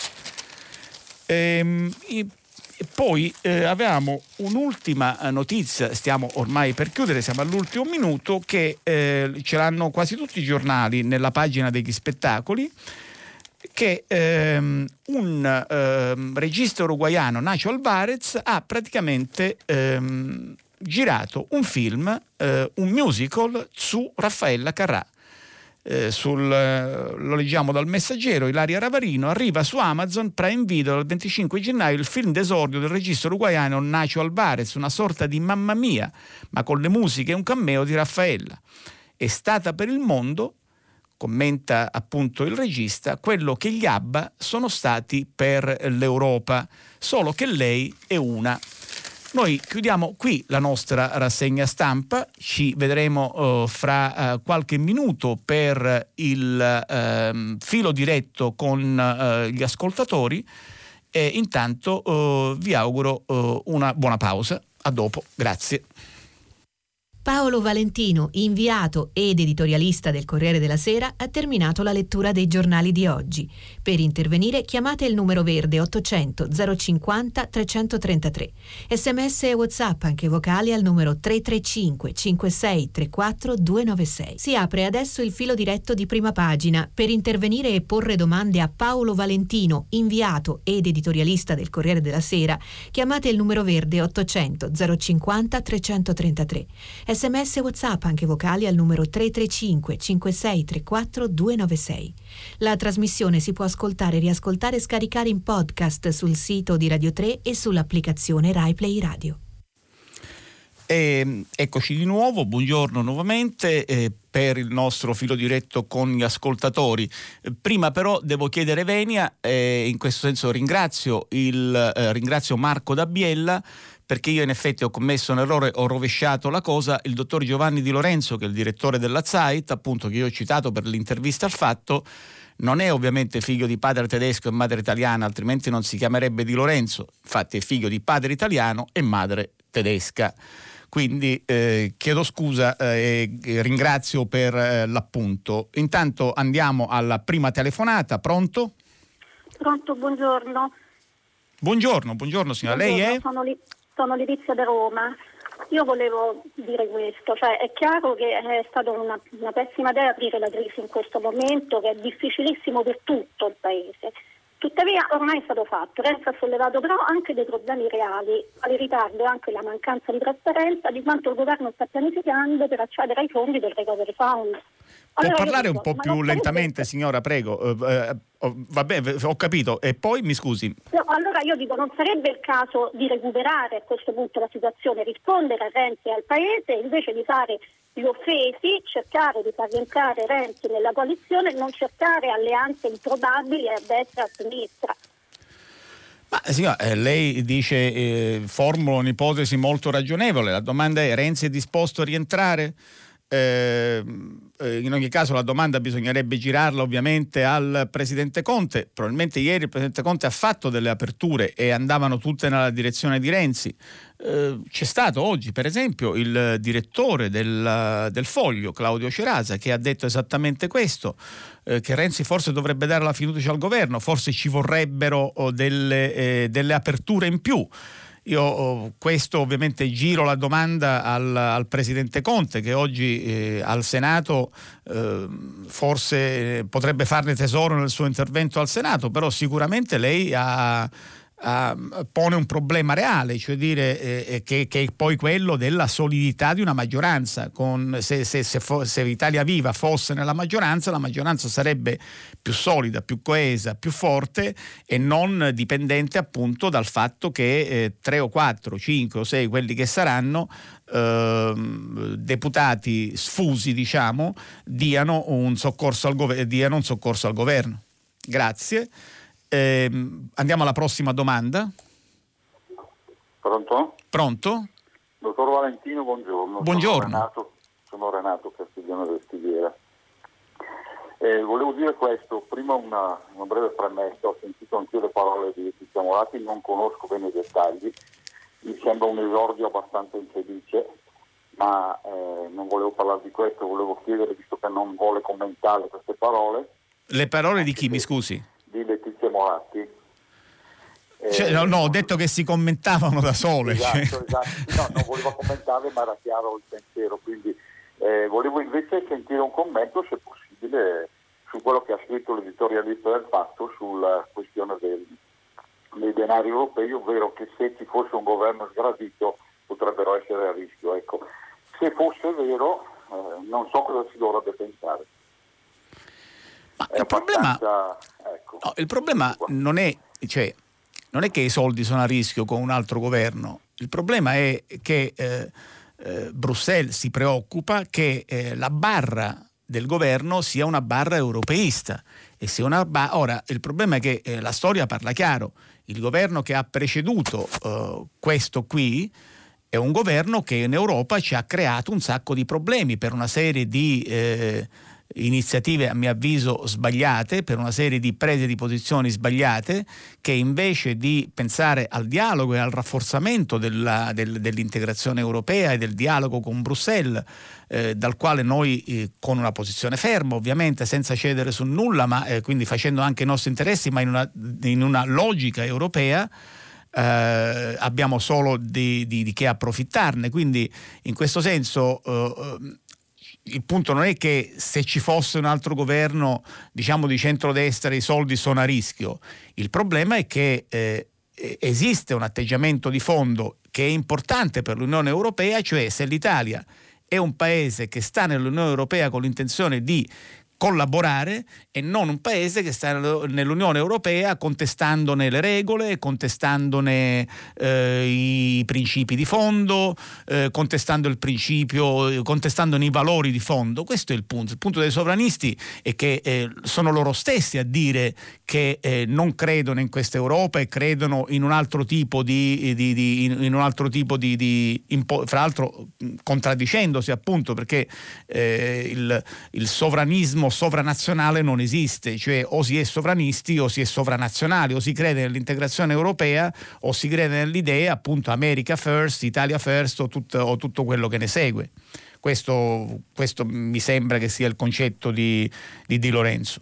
Ehm, E poi eh, avevamo un'ultima notizia, stiamo ormai per chiudere, siamo all'ultimo minuto, che eh, ce l'hanno quasi tutti i giornali nella pagina degli spettacoli, che ehm, un ehm, regista uruguaiano, Nacho Alvarez, ha praticamente ehm, girato un film, eh, un musical su Raffaella Carrà. Eh, sul, eh, lo leggiamo dal Messaggero. Ilaria Ravarino: arriva su Amazon Prime Video dal venticinque gennaio il film d'esordio del regista uruguaiano Nacho Alvarez, una sorta di Mamma Mia, ma con le musiche e un cameo di Raffaella. È stata per il mondo, commenta appunto il regista, quello che gli ABBA sono stati per l'Europa, solo che lei è una. Noi chiudiamo qui la nostra rassegna stampa, ci vedremo uh, fra uh, qualche minuto per il uh, filo diretto con uh, gli ascoltatori, e intanto uh, vi auguro uh, una buona pausa. A dopo, grazie. Paolo Valentino, inviato ed editorialista del Corriere della Sera, ha terminato la lettura dei giornali di oggi. Per intervenire chiamate il numero verde ottocento zero cinquanta trecentotrentatré. Sms e WhatsApp anche vocali al numero tre tre cinque cinque sei tre quattro due nove sei. Si apre adesso il filo diretto di Prima Pagina. Per intervenire e porre domande a Paolo Valentino, inviato ed editorialista del Corriere della Sera, chiamate il numero verde ottocento zero cinquanta trecentotrentatré. Sms e WhatsApp anche vocali al numero tre tre cinque cinque sei tre quattro due nove sei. La trasmissione si può ascoltare, riascoltare e scaricare in podcast sul sito di Radio tre e sull'applicazione Rai Play Radio. E, eccoci di nuovo, buongiorno nuovamente. Eh, per il nostro filo diretto con gli ascoltatori. Prima però devo chiedere venia, e in questo senso ringrazio, il, eh, ringrazio Marco da Biella, perché io in effetti ho commesso un errore, ho rovesciato la cosa. Il dottor Giovanni Di Lorenzo, che è il direttore della Z A I T, appunto, che io ho citato per l'intervista al Fatto, non è ovviamente figlio di padre tedesco e madre italiana, altrimenti non si chiamerebbe Di Lorenzo. Infatti è figlio di padre italiano e madre tedesca. Quindi eh, chiedo scusa eh, e ringrazio per eh, l'appunto. Intanto andiamo alla prima telefonata. Pronto? Pronto, buongiorno. Buongiorno, buongiorno signora. Buongiorno, Lei è? Sono, li, sono Letizia da Roma. Io volevo dire questo, cioè è chiaro che è stata una, una pessima idea aprire la crisi in questo momento, che è difficilissimo per tutto il Paese. Tuttavia ormai è stato fatto. Renzi ha sollevato però anche dei problemi reali, quali il ritardo e anche la mancanza di trasparenza di quanto il governo sta pianificando per accedere ai fondi del Recovery Fund. Può Allora, parlare dico, un po' ma più non lentamente, sarebbe... signora, prego. Eh, eh, oh, vabbè, ho capito. E poi mi scusi. No, allora io dico, non sarebbe il caso di recuperare a questo punto la situazione, rispondere a Renzi e al Paese, invece di fare gli offesi, cercare di far rientrare Renzi nella coalizione e non cercare alleanze improbabili a destra e a sinistra. Ma signora, eh, lei dice, eh, formula un'ipotesi molto ragionevole. La domanda è: Renzi è disposto a rientrare? Eh, in ogni caso la domanda bisognerebbe girarla ovviamente al Presidente Conte. Probabilmente ieri il Presidente Conte ha fatto delle aperture e andavano tutte nella direzione di Renzi. Eh, c'è stato oggi per esempio il direttore del, del Foglio, Claudio Cerasa, che ha detto esattamente questo, eh, che Renzi forse dovrebbe dare la fiducia al governo, forse ci vorrebbero oh, delle, eh, delle aperture in più. Io oh, questo ovviamente giro la domanda al, al Presidente Conte, che oggi eh, al Senato eh, forse potrebbe farne tesoro nel suo intervento al Senato, però sicuramente lei ha... Uh, pone un problema reale, cioè dire eh, che, che è poi quello della solidità di una maggioranza. Con, se, se, se, fo, se Italia Viva fosse nella maggioranza, la maggioranza sarebbe più solida, più coesa, più forte e non dipendente appunto dal fatto che eh, tre o quattro, cinque o sei, quelli che saranno eh, deputati sfusi, diciamo, diano un soccorso al, gov- diano un soccorso al governo. Grazie. Eh, andiamo alla prossima domanda. Pronto? Pronto? Dottor Valentino, buongiorno. Buongiorno. Sono Renato, sono Renato Castiglione del Stiviera. Eh, volevo dire questo, prima una, una breve premessa, ho sentito anche le parole di Letizia Moratti, non conosco bene i dettagli, mi sembra un esordio abbastanza infelice, ma eh, non volevo parlare di questo, volevo chiedere, visto che non vuole commentare queste parole. Le parole di chi, mi scusi? Di Letizia Moratti. Eh, cioè, no, no, ho detto che si commentavano da sole. Esatto, cioè. esatto. No, non volevo commentare, ma era chiaro il pensiero, quindi eh, volevo invece sentire un commento, se possibile, su quello che ha scritto l'editorialista del Fatto sulla questione del, dei denari europei, ovvero che se ci fosse un governo sgradito potrebbero essere a rischio. Ecco, se fosse vero, eh, non so cosa si dovrebbe pensare. Ma il problema, ecco, no, il problema non è, cioè, non è che i soldi sono a rischio con un altro governo, il problema è che eh, eh, Bruxelles si preoccupa che eh, la barra del governo sia una barra europeista. E se una ba- Ora, il problema è che eh, la storia parla chiaro, il governo che ha preceduto eh, questo qui è un governo che in Europa ci ha creato un sacco di problemi per una serie di... Eh, iniziative a mio avviso sbagliate, per una serie di prese di posizioni sbagliate, che invece di pensare al dialogo e al rafforzamento della, del, dell'integrazione europea e del dialogo con Bruxelles, eh, dal quale noi eh, con una posizione ferma ovviamente, senza cedere su nulla, ma eh, quindi facendo anche i nostri interessi, ma in una, in una logica europea, eh, abbiamo solo di, di, di che approfittarne. Quindi in questo senso eh, il punto non è che se ci fosse un altro governo, diciamo di centrodestra, i soldi sono a rischio. Il problema è che eh, esiste un atteggiamento di fondo che è importante per l'Unione Europea, cioè se l'Italia è un paese che sta nell'Unione Europea con l'intenzione di collaborare e non un paese che sta nell'Unione Europea contestandone le regole, contestandone eh, i principi di fondo, eh, contestando il principio, contestandone i valori di fondo. Questo è il punto. Il punto dei sovranisti è che eh, sono loro stessi a dire che eh, non credono in questa Europa e credono in un altro tipo di, di, di in un altro tipo di, di impo- fra l'altro contraddicendosi, appunto, perché eh, il, il sovranismo sovranazionale non esiste, cioè o si è sovranisti o si è sovranazionali, o si crede nell'integrazione europea o si crede nell'idea, appunto, America First, Italia First o tutto, o tutto quello che ne segue. Questo, questo mi sembra che sia il concetto di, di Di Lorenzo.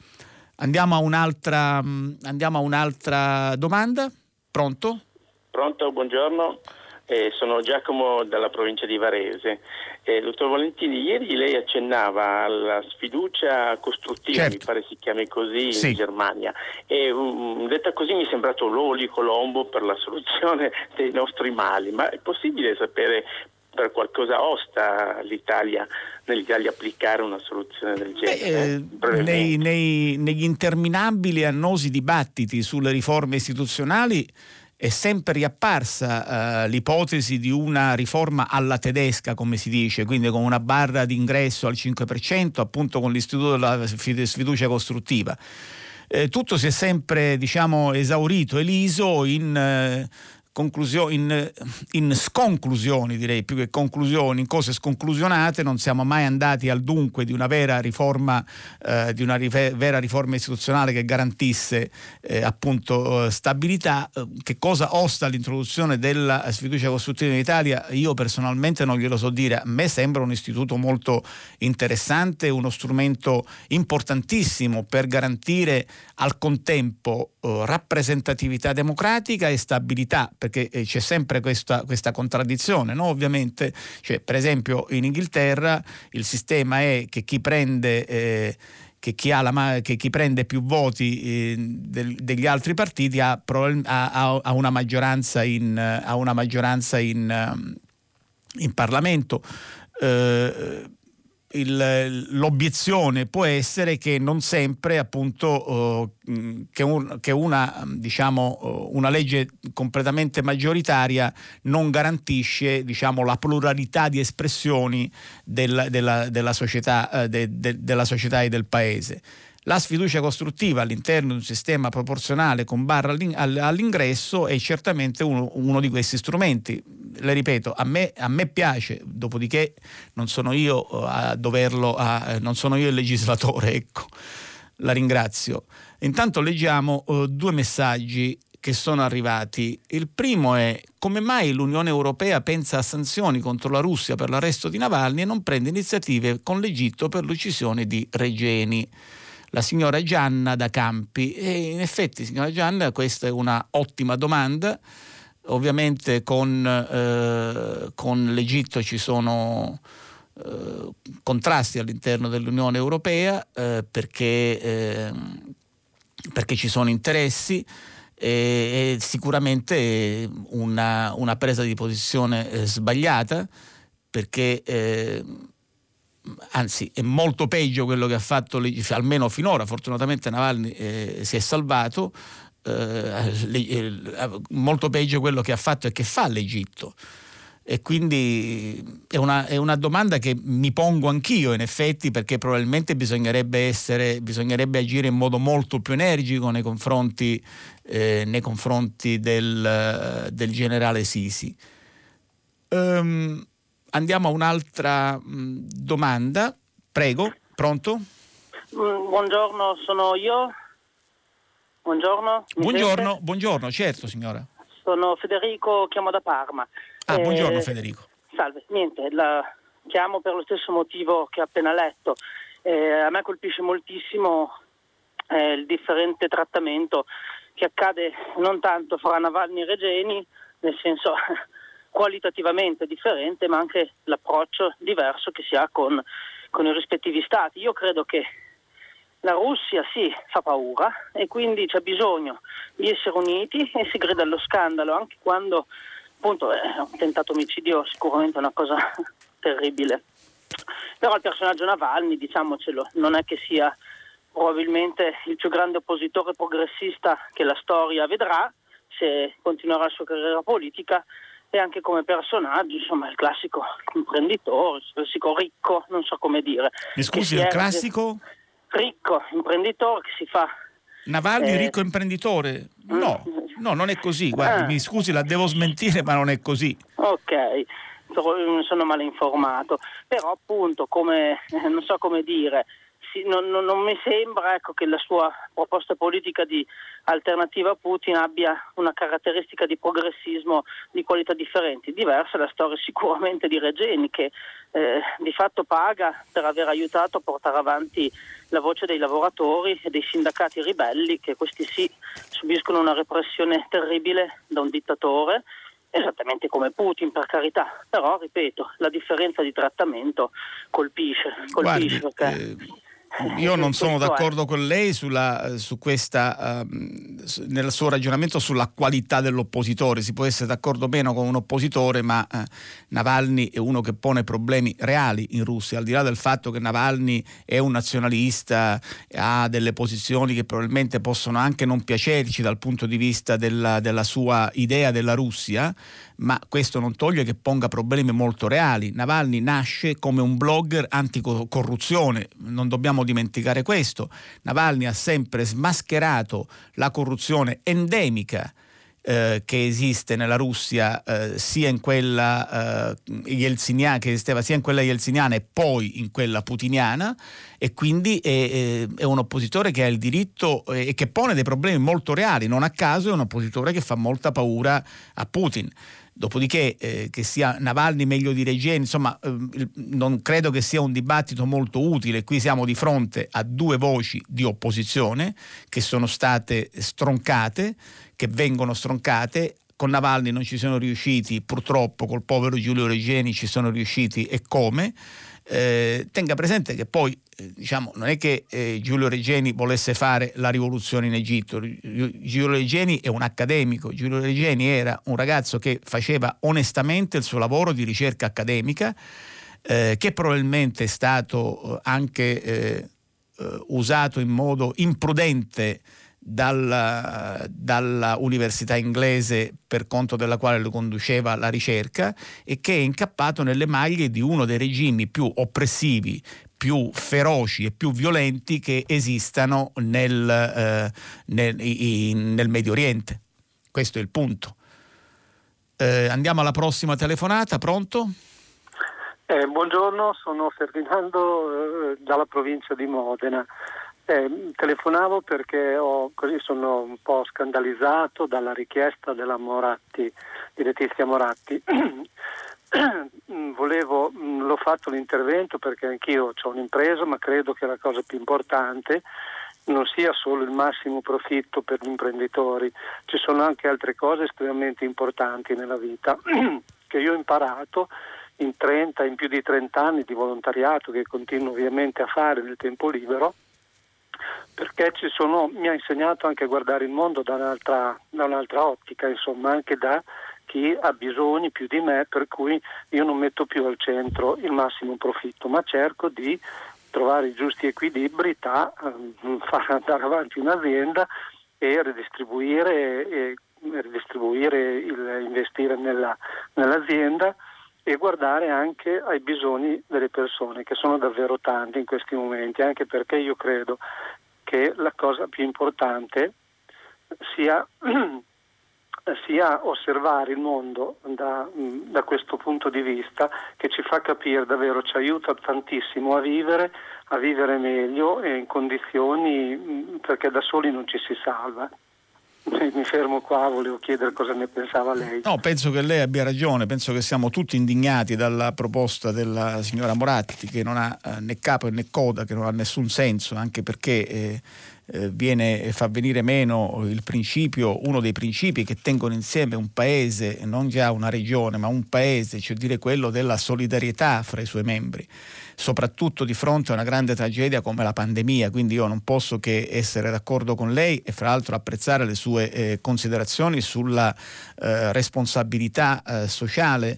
Andiamo a un'altra, andiamo a un'altra domanda. Pronto? Pronto, buongiorno. Eh, sono Giacomo dalla provincia di Varese. Eh, dottor Valentini, ieri lei accennava alla sfiducia costruttiva, certo. Mi pare si chiami così, sì. In Germania. E um, detta così mi è sembrato l'olio colombo per la soluzione dei nostri mali. Ma è possibile sapere per qualcosa osta l'Italia, nell'Italia applicare una soluzione del genere? Beh, eh, nei, nei, negli interminabili e annosi dibattiti sulle riforme istituzionali è sempre riapparsa uh, l'ipotesi di una riforma alla tedesca, come si dice, quindi con una barra d'ingresso al cinque per cento, appunto con l'istituto della sfiducia costruttiva. Eh, tutto si è sempre, diciamo, esaurito, eliso in... Eh, Conclusio- in, in sconclusioni, direi, più che conclusioni, in cose sconclusionate. Non siamo mai andati al dunque di una vera riforma eh, di una rife- vera riforma istituzionale che garantisse eh, appunto eh, stabilità. Eh, che cosa osta l'introduzione della sfiducia costruttiva in Italia? Io personalmente non glielo so dire. A me sembra un istituto molto interessante, uno strumento importantissimo per garantire al contempo eh, rappresentatività democratica e stabilità, perché c'è sempre questa, questa contraddizione, no? Ovviamente, cioè, per esempio in Inghilterra il sistema è che chi prende eh, che chi ha la che chi prende più voti eh, del, degli altri partiti ha, ha, ha una maggioranza in ha una maggioranza in, in Parlamento. Eh, Il, l'obiezione può essere che non sempre, appunto, uh, che, un, che una, diciamo, uh, una legge completamente maggioritaria non garantisce, diciamo, la pluralità di espressioni del, della, della società, uh, de, de, della società e del paese. La sfiducia costruttiva all'interno di un sistema proporzionale con barra all'ingresso è certamente uno, uno di questi strumenti. Le ripeto, a me, a me piace, dopodiché non sono io a doverlo, a, non sono io il legislatore, ecco. La ringrazio. Intanto leggiamo uh, due messaggi che sono arrivati. Il primo è: come mai l'Unione Europea pensa a sanzioni contro la Russia per l'arresto di Navalny e non prende iniziative con l'Egitto per l'uccisione di Regeni? La signora Gianna da Campi. E in effetti, signora Gianna, questa è una ottima domanda. Ovviamente con, eh, con l'Egitto ci sono eh, contrasti all'interno dell'Unione Europea eh, perché, eh, perché ci sono interessi e, e sicuramente una, una presa di posizione eh, sbagliata, perché eh, anzi è molto peggio quello che ha fatto, almeno finora. Fortunatamente Navalny eh, si è salvato. Eh, molto peggio quello che ha fatto e che fa l'Egitto, e quindi è una, è una domanda che mi pongo anch'io, in effetti, perché probabilmente bisognerebbe essere bisognerebbe agire in modo molto più energico nei confronti eh, nei confronti del, del generale Sisi. Um, andiamo a un'altra mh, domanda, prego. Pronto? Mm, buongiorno, sono io. Buongiorno. Buongiorno, buongiorno, certo, signora. Sono Federico, chiamo da Parma. Ah, eh, buongiorno Federico. Salve, niente, la chiamo per lo stesso motivo che ho appena letto. Eh, a me colpisce moltissimo eh, il differente trattamento che accade non tanto fra Navalny e Regeni, nel senso qualitativamente differente, ma anche l'approccio diverso che si ha con, con i rispettivi stati. Io credo che la Russia sì, fa paura, e quindi c'è bisogno di essere uniti e si grida allo scandalo, anche quando appunto è un tentato omicidio, sicuramente è una cosa terribile. Però il personaggio Navalny, diciamocelo, non è che sia probabilmente il più grande oppositore progressista che la storia vedrà se continuerà la sua carriera politica, e anche come personaggio, insomma, il classico imprenditore, il classico ricco, non so come dire. Mi scusi, il classico? Ricco imprenditore che si fa... Navalny, eh... ricco imprenditore? No, no, non è così, guardi, ah. mi scusi, la devo smentire, ma non è così. Ok, sono male informato, però appunto, come non so come dire, sì, non, non, non mi sembra, ecco, che la sua proposta politica di alternativa a Putin abbia una caratteristica di progressismo di qualità differenti. Diversa è la storia sicuramente di Regeni, che eh, di fatto paga per aver aiutato a portare avanti la voce dei lavoratori e dei sindacati ribelli, che questi sì subiscono una repressione terribile da un dittatore, esattamente come Putin, per carità, però ripeto, la differenza di trattamento colpisce, colpisce. Guardi, perché... eh... Io non sono d'accordo con lei sulla, su questa, uh, nel suo ragionamento sulla qualità dell'oppositore. Si può essere d'accordo meno con un oppositore, ma uh, Navalny è uno che pone problemi reali in Russia, al di là del fatto che Navalny è un nazionalista, ha delle posizioni che probabilmente possono anche non piacerci dal punto di vista della, della sua idea della Russia, ma questo non toglie che ponga problemi molto reali. Navalny nasce come un blogger anticorruzione, non dobbiamo dimenticare questo. Navalny ha sempre smascherato la corruzione endemica eh, che esiste nella Russia, eh, sia in quella eh, yeltsiniana, che esisteva sia in quella yeltsiniana e poi in quella putiniana, e quindi è, è un oppositore che ha il diritto e eh, che pone dei problemi molto reali. Non a caso è un oppositore che fa molta paura a Putin. Dopodiché eh, che sia Navalny meglio di Regeni, insomma, eh, non credo che sia un dibattito molto utile. Qui siamo di fronte a due voci di opposizione che sono state stroncate, che vengono stroncate. Con Navalny non ci sono riusciti, purtroppo col povero Giulio Regeni ci sono riusciti, e come. Eh, tenga presente che poi eh, diciamo non è che eh, Giulio Regeni volesse fare la rivoluzione in Egitto. Giulio Regeni è un accademico. Giulio Regeni era un ragazzo che faceva onestamente il suo lavoro di ricerca accademica, eh, che probabilmente è stato anche eh, eh, usato in modo imprudente dalla, dalla università inglese per conto della quale lo conduceva la ricerca, e che è incappato nelle maglie di uno dei regimi più oppressivi, più feroci e più violenti che esistano nel, eh, nel, in, nel Medio Oriente. Questo è il punto. Eh, andiamo alla prossima telefonata. Pronto? Eh, buongiorno, sono Ferdinando eh, dalla provincia di Modena. Eh, telefonavo perché ho, così sono un po' scandalizzato dalla richiesta della Moratti, di Letizia Moratti. Volevo, l'ho fatto l'intervento perché anch'io ho un'impresa, ma credo che la cosa più importante non sia solo il massimo profitto per gli imprenditori. Ci sono anche altre cose estremamente importanti nella vita che io ho imparato in trenta, in più di trenta anni di volontariato, che continuo ovviamente a fare nel tempo libero, perché ci sono, mi ha insegnato anche a guardare il mondo da un'altra, da un'altra ottica, insomma, anche da chi ha bisogni più di me, per cui io non metto più al centro il massimo profitto, ma cerco di trovare i giusti equilibri tra um, far andare avanti un'azienda e ridistribuire, e, e ridistribuire il, investire nella, nell'azienda, e guardare anche ai bisogni delle persone, che sono davvero tanti in questi momenti, anche perché io credo che la cosa più importante sia, sia osservare il mondo da, da questo punto di vista, che ci fa capire davvero, ci aiuta tantissimo a vivere, a vivere meglio e in condizioni, perché da soli non ci si salva. Mi fermo qua, volevo chiedere cosa ne pensava lei. No, penso che lei abbia ragione, penso che siamo tutti indignati dalla proposta della signora Moratti, che non ha eh, né capo né coda, che non ha nessun senso, anche perché eh, eh, viene, fa venire meno il principio, uno dei principi che tengono insieme un paese, non già una regione, ma un paese, cioè dire quello della solidarietà fra i suoi membri, soprattutto di fronte a una grande tragedia come la pandemia. Quindi io non posso che essere d'accordo con lei e fra l'altro apprezzare le sue eh, considerazioni sulla eh, responsabilità eh, sociale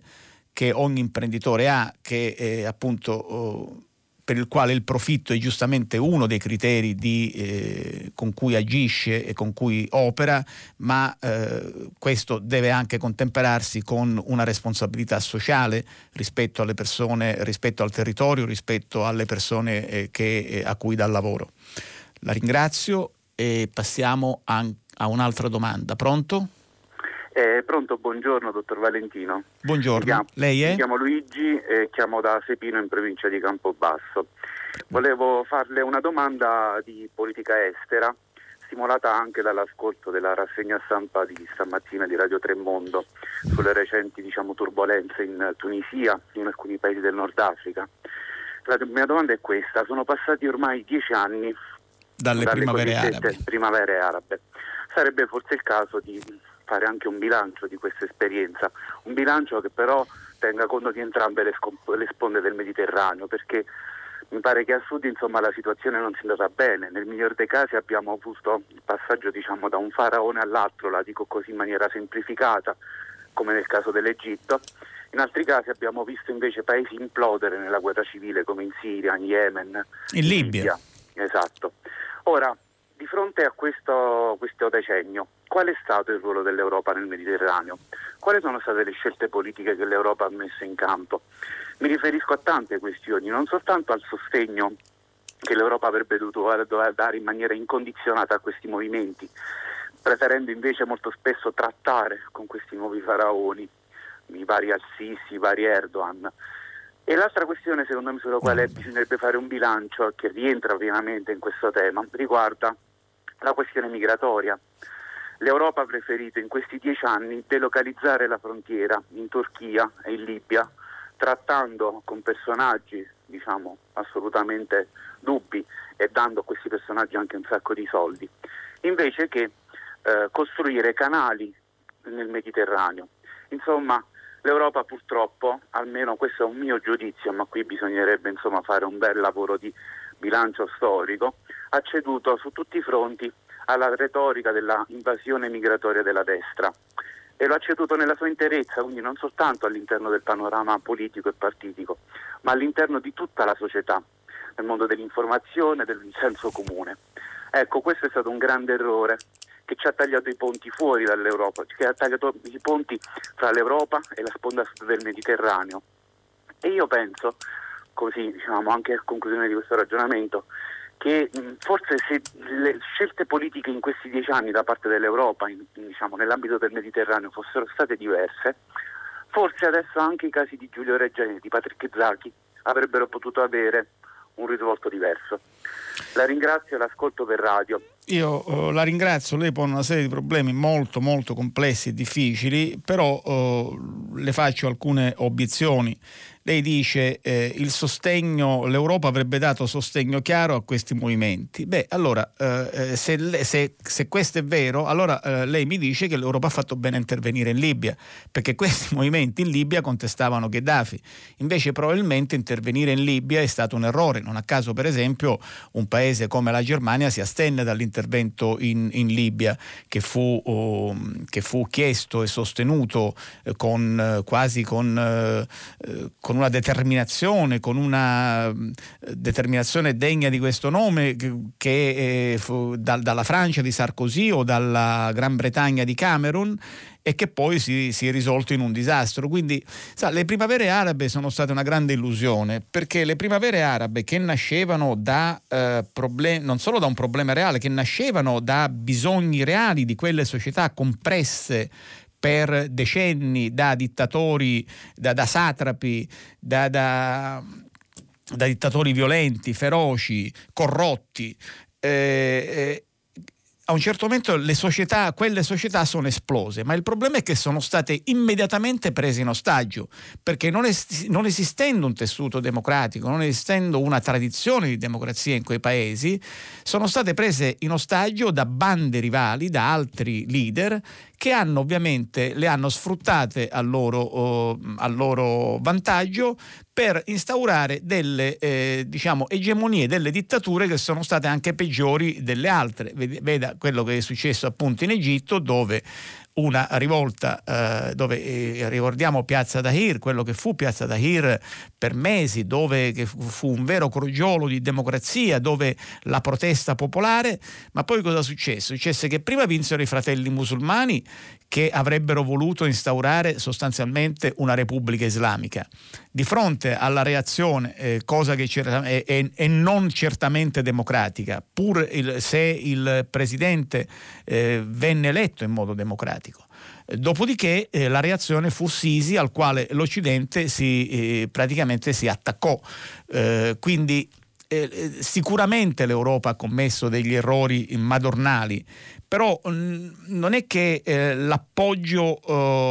che ogni imprenditore ha, che eh, appunto oh, per il quale il profitto è giustamente uno dei criteri di, eh, con cui agisce e con cui opera, ma eh, questo deve anche contemperarsi con una responsabilità sociale rispetto alle persone, rispetto al territorio, rispetto alle persone eh, che, eh, a cui dà lavoro. La ringrazio e passiamo a, a un'altra domanda. Pronto? Eh, pronto, buongiorno dottor Valentino. Buongiorno, mi chiamo, lei è? Mi chiamo Luigi e chiamo da Sepino in provincia di Campobasso. Volevo farle una domanda di politica estera, stimolata anche dall'ascolto della rassegna stampa di stamattina di Radio Tre Mondo sulle recenti diciamo, turbolenze in Tunisia e in alcuni paesi del Nord Africa. La mia domanda è questa: sono passati ormai dieci anni dalle, dalle primavere arabe. primavere arabe. Sarebbe forse il caso di fare anche un bilancio di questa esperienza, un bilancio che però tenga conto di entrambe le, scomp- le sponde del Mediterraneo, perché mi pare che a sud insomma la situazione non sia andata bene. Nel miglior dei casi abbiamo avuto il passaggio diciamo da un faraone all'altro, la dico così in maniera semplificata, come nel caso dell'Egitto. In altri casi abbiamo visto invece paesi implodere nella guerra civile, come in Siria, in Yemen, in, in Libia. Libia. Esatto. Ora, di fronte a questo, questo decennio, qual è stato il ruolo dell'Europa nel Mediterraneo? Quali sono state le scelte politiche che l'Europa ha messo in campo? Mi riferisco a tante questioni, non soltanto al sostegno che l'Europa avrebbe dovuto dare in maniera incondizionata a questi movimenti, preferendo invece molto spesso trattare con questi nuovi faraoni, i vari Al-Sisi, i vari Erdogan. E l'altra questione, secondo me, sulla quale bisognerebbe fare un bilancio, che rientra pienamente in questo tema, riguarda la questione migratoria. L'Europa ha preferito in questi dieci anni delocalizzare la frontiera in Turchia e in Libia, trattando con personaggi, diciamo, assolutamente dubbi e dando a questi personaggi anche un sacco di soldi, invece che eh, costruire canali nel Mediterraneo. Insomma, l'Europa purtroppo, almeno questo è un mio giudizio, ma qui bisognerebbe insomma fare un bel lavoro di bilancio storico, ha ceduto su tutti i fronti alla retorica della invasione migratoria della destra e lo ha ceduto nella sua interezza, quindi non soltanto all'interno del panorama politico e partitico, ma all'interno di tutta la società, nel mondo dell'informazione, del senso comune. Ecco, questo è stato un grande errore che ci ha tagliato i ponti fuori dall'Europa, che ha tagliato i ponti tra l'Europa e la sponda sud del Mediterraneo. E io penso, così diciamo anche a conclusione di questo ragionamento, che mh, forse se le scelte politiche in questi dieci anni da parte dell'Europa, in, diciamo, nell'ambito del Mediterraneo, fossero state diverse, forse adesso anche i casi di Giulio Regeni e di Patrick Zaki avrebbero potuto avere un risvolto diverso. La ringrazio e l'ascolto per radio. Io uh, la ringrazio, lei pone una serie di problemi molto molto complessi e difficili, però uh, le faccio alcune obiezioni. Lei dice eh, il sostegno, l'Europa avrebbe dato sostegno chiaro a questi movimenti. Beh, allora eh, se, se, se questo è vero, allora eh, lei mi dice che l'Europa ha fatto bene a intervenire in Libia, perché questi movimenti in Libia contestavano Gheddafi. Invece probabilmente intervenire in Libia è stato un errore. Non a caso, per esempio, un paese come la Germania si astenne dall'intervento in, in Libia, che fu, oh, che fu chiesto e sostenuto eh, con eh, quasi con, eh, con una determinazione, con una determinazione degna di questo nome, che eh, fu da, dalla Francia di Sarkozy o dalla Gran Bretagna di Cameron, e che poi si, si è risolto in un disastro. Quindi sa, le primavere arabe sono state una grande illusione, perché le primavere arabe, che nascevano da eh, problemi, non solo da un problema reale, che nascevano da bisogni reali di quelle società compresse per decenni da dittatori, da, da satrapi, da, da, da dittatori violenti, feroci, corrotti, eh, eh, a un certo momento le società, quelle società sono esplose, ma il problema è che sono state immediatamente prese in ostaggio, perché non, es- non esistendo un tessuto democratico, non esistendo una tradizione di democrazia in quei paesi, sono state prese in ostaggio da bande rivali, da altri leader, che hanno ovviamente le hanno sfruttate al loro, oh, al loro vantaggio per instaurare delle eh, diciamo egemonie, delle dittature che sono state anche peggiori delle altre. Veda quello che è successo appunto in Egitto, dove una rivolta eh, dove eh, ricordiamo Piazza Tahrir, quello che fu Piazza Tahrir per mesi, dove che fu un vero crogiolo di democrazia, dove la protesta popolare, ma poi cosa successe? Successe che prima vinsero i fratelli musulmani, che avrebbero voluto instaurare sostanzialmente una repubblica islamica. Di fronte alla reazione, eh, cosa che è, è, è non certamente democratica, pur il, se il presidente eh, venne eletto in modo democratico. Dopodiché eh, la reazione fu Sisi, al quale l'Occidente si, eh, praticamente si attaccò. Eh, quindi eh, sicuramente l'Europa ha commesso degli errori madornali, però mh, non è che eh, l'appoggio,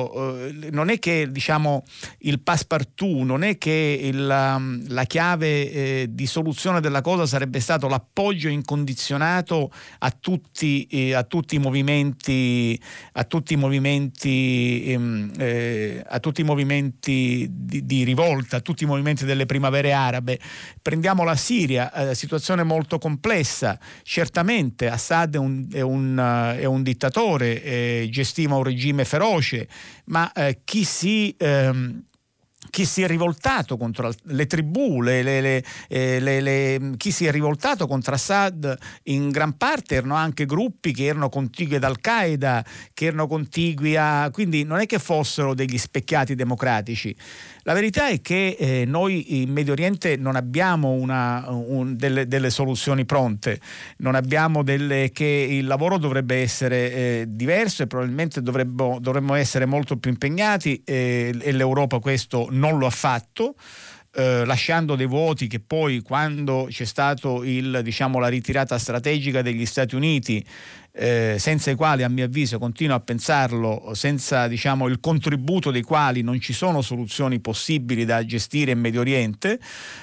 eh, non è che diciamo il passepartout, non è che il, la, la chiave eh, di soluzione della cosa sarebbe stato l'appoggio incondizionato a tutti, eh, a tutti i movimenti, a tutti i movimenti, ehm, eh, a tutti i movimenti di, di rivolta, a tutti i movimenti delle primavere arabe. Prendiamo la Siria, eh, situazione molto complessa. Certamente Assad è un, è un è un dittatore, eh, gestiva un regime feroce, ma eh, chi si ehm, chi si è rivoltato contro le tribù, le, le, le, eh, le, le, chi si è rivoltato contro Assad in gran parte erano anche gruppi che erano contigui ad Al-Qaeda, che erano contigui a... quindi non è che fossero degli specchiati democratici. La verità è che eh, noi in Medio Oriente non abbiamo una, un, delle, delle soluzioni pronte, non abbiamo delle, che il lavoro dovrebbe essere eh, diverso e probabilmente dovremmo, dovremmo essere molto più impegnati eh, e l'Europa questo non lo ha fatto. Eh, lasciando dei vuoti che poi, quando c'è stato il, diciamo, la ritirata strategica degli Stati Uniti, eh, senza i quali, a mio avviso, continuo a pensarlo, senza diciamo il contributo dei quali non ci sono soluzioni possibili da gestire in Medio Oriente,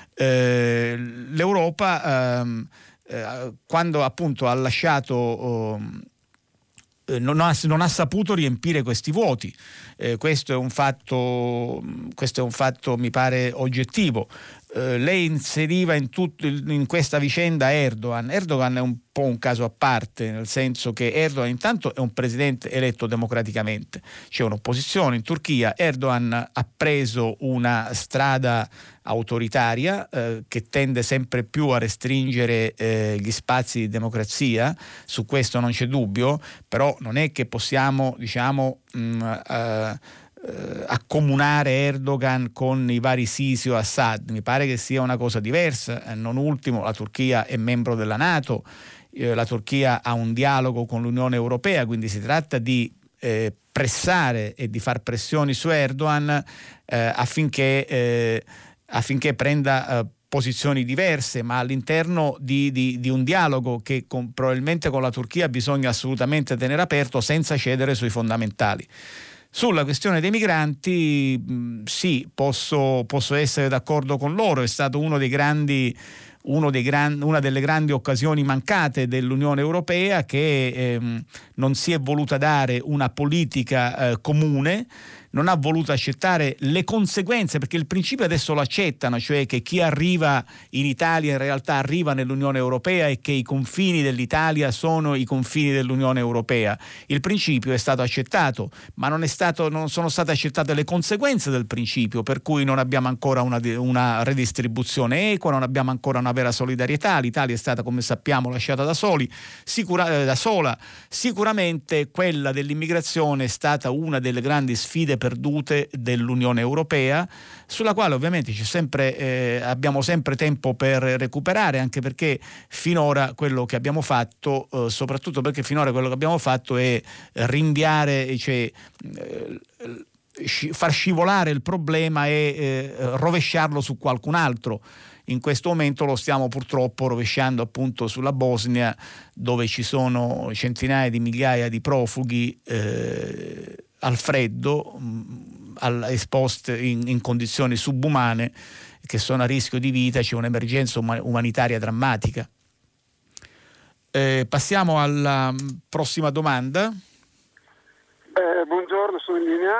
eh, l'Europa ehm, eh, quando appunto ha lasciato oh, Non ha, non ha saputo riempire questi vuoti. Eh, questo è un fatto, questo è un fatto mi pare oggettivo. Eh, lei inseriva in, tutto, in questa vicenda Erdogan. Erdogan è un po' un caso a parte, nel senso che Erdogan intanto è un presidente eletto democraticamente, c'è un'opposizione in Turchia, Erdogan ha preso una strada autoritaria eh, che tende sempre più a restringere eh, gli spazi di democrazia, su questo non c'è dubbio, però non è che possiamo diciamo mh, uh, Uh, accomunare Erdogan con i vari Sisi o Assad. Mi pare che sia una cosa diversa. Eh, non ultimo, la Turchia è membro della NATO, eh, la Turchia ha un dialogo con l'Unione Europea, quindi si tratta di eh, pressare e di far pressioni su Erdogan eh, affinché, eh, affinché prenda eh, posizioni diverse, ma all'interno di, di, di un dialogo che con, probabilmente con la Turchia bisogna assolutamente tenere aperto senza cedere sui fondamentali. Sulla questione dei migranti, mh, sì, posso, posso essere d'accordo con loro, è stato uno dei grandi, uno dei gran, una delle grandi occasioni mancate dell'Unione Europea, che ehm, non si è voluta dare una politica eh, comune, non ha voluto accettare le conseguenze, perché il principio adesso lo accettano, cioè che chi arriva in Italia in realtà arriva nell'Unione Europea e che i confini dell'Italia sono i confini dell'Unione Europea. Il principio è stato accettato, ma non, è stato, non sono state accettate le conseguenze del principio, per cui non abbiamo ancora una, una redistribuzione equa, non abbiamo ancora una vera solidarietà. L'Italia è stata, come sappiamo, lasciata da, soli, sicura, eh, da sola. Sicuramente quella dell'immigrazione è stata una delle grandi sfide perdute dell'Unione Europea, sulla quale ovviamente c'è sempre, eh, abbiamo sempre tempo per recuperare, anche perché finora quello che abbiamo fatto, eh, soprattutto perché finora quello che abbiamo fatto è rinviare, cioè eh, far scivolare il problema e eh, rovesciarlo su qualcun altro. In questo momento lo stiamo purtroppo rovesciando appunto sulla Bosnia, dove ci sono centinaia di migliaia di profughi eh, al freddo, mh, esposti in, in condizioni subumane, che sono a rischio di vita. C'è un'emergenza um- umanitaria drammatica. Eh, passiamo alla prossima domanda. Eh, buongiorno, sono in linea.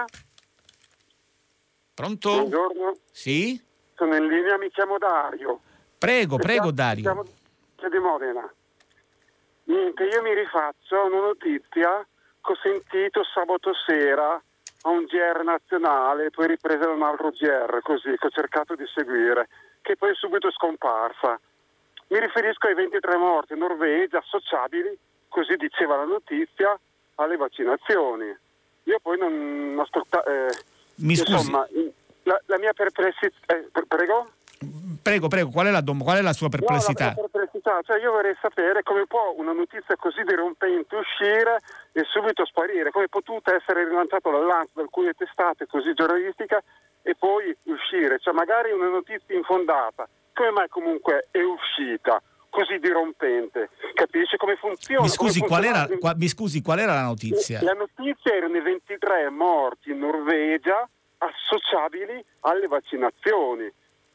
Pronto? Buongiorno. Sì? Sono in linea, mi chiamo Dario. Prego, prego Dario. Mi chiamo di Modena. Niente, io mi rifaccio a una notizia che ho sentito sabato sera a un G R nazionale, poi ripresa da un altro G R, così, che ho cercato di seguire, che poi è subito scomparsa. Mi riferisco ai ventitré morti in Norvegia associabili, così diceva la notizia, alle vaccinazioni. Io poi non ascolta, eh, Mi scusi. Insomma, la, la mia perplessità... Eh, prego? Prego, prego, qual è la, dom- qual è la sua perplessità? No, la perplessità, cioè io vorrei sapere come può una notizia così dirompente uscire e subito sparire, come è potuta essere rilanciata dall'A N S, da alcune testate così giornalistica e poi uscire, cioè magari una notizia infondata, come mai comunque è uscita così dirompente? Capisce come funziona? Mi scusi, come qual era, funziona? qua, mi scusi, qual era la notizia? La notizia erano i ventitré morti in Norvegia associabili alle vaccinazioni.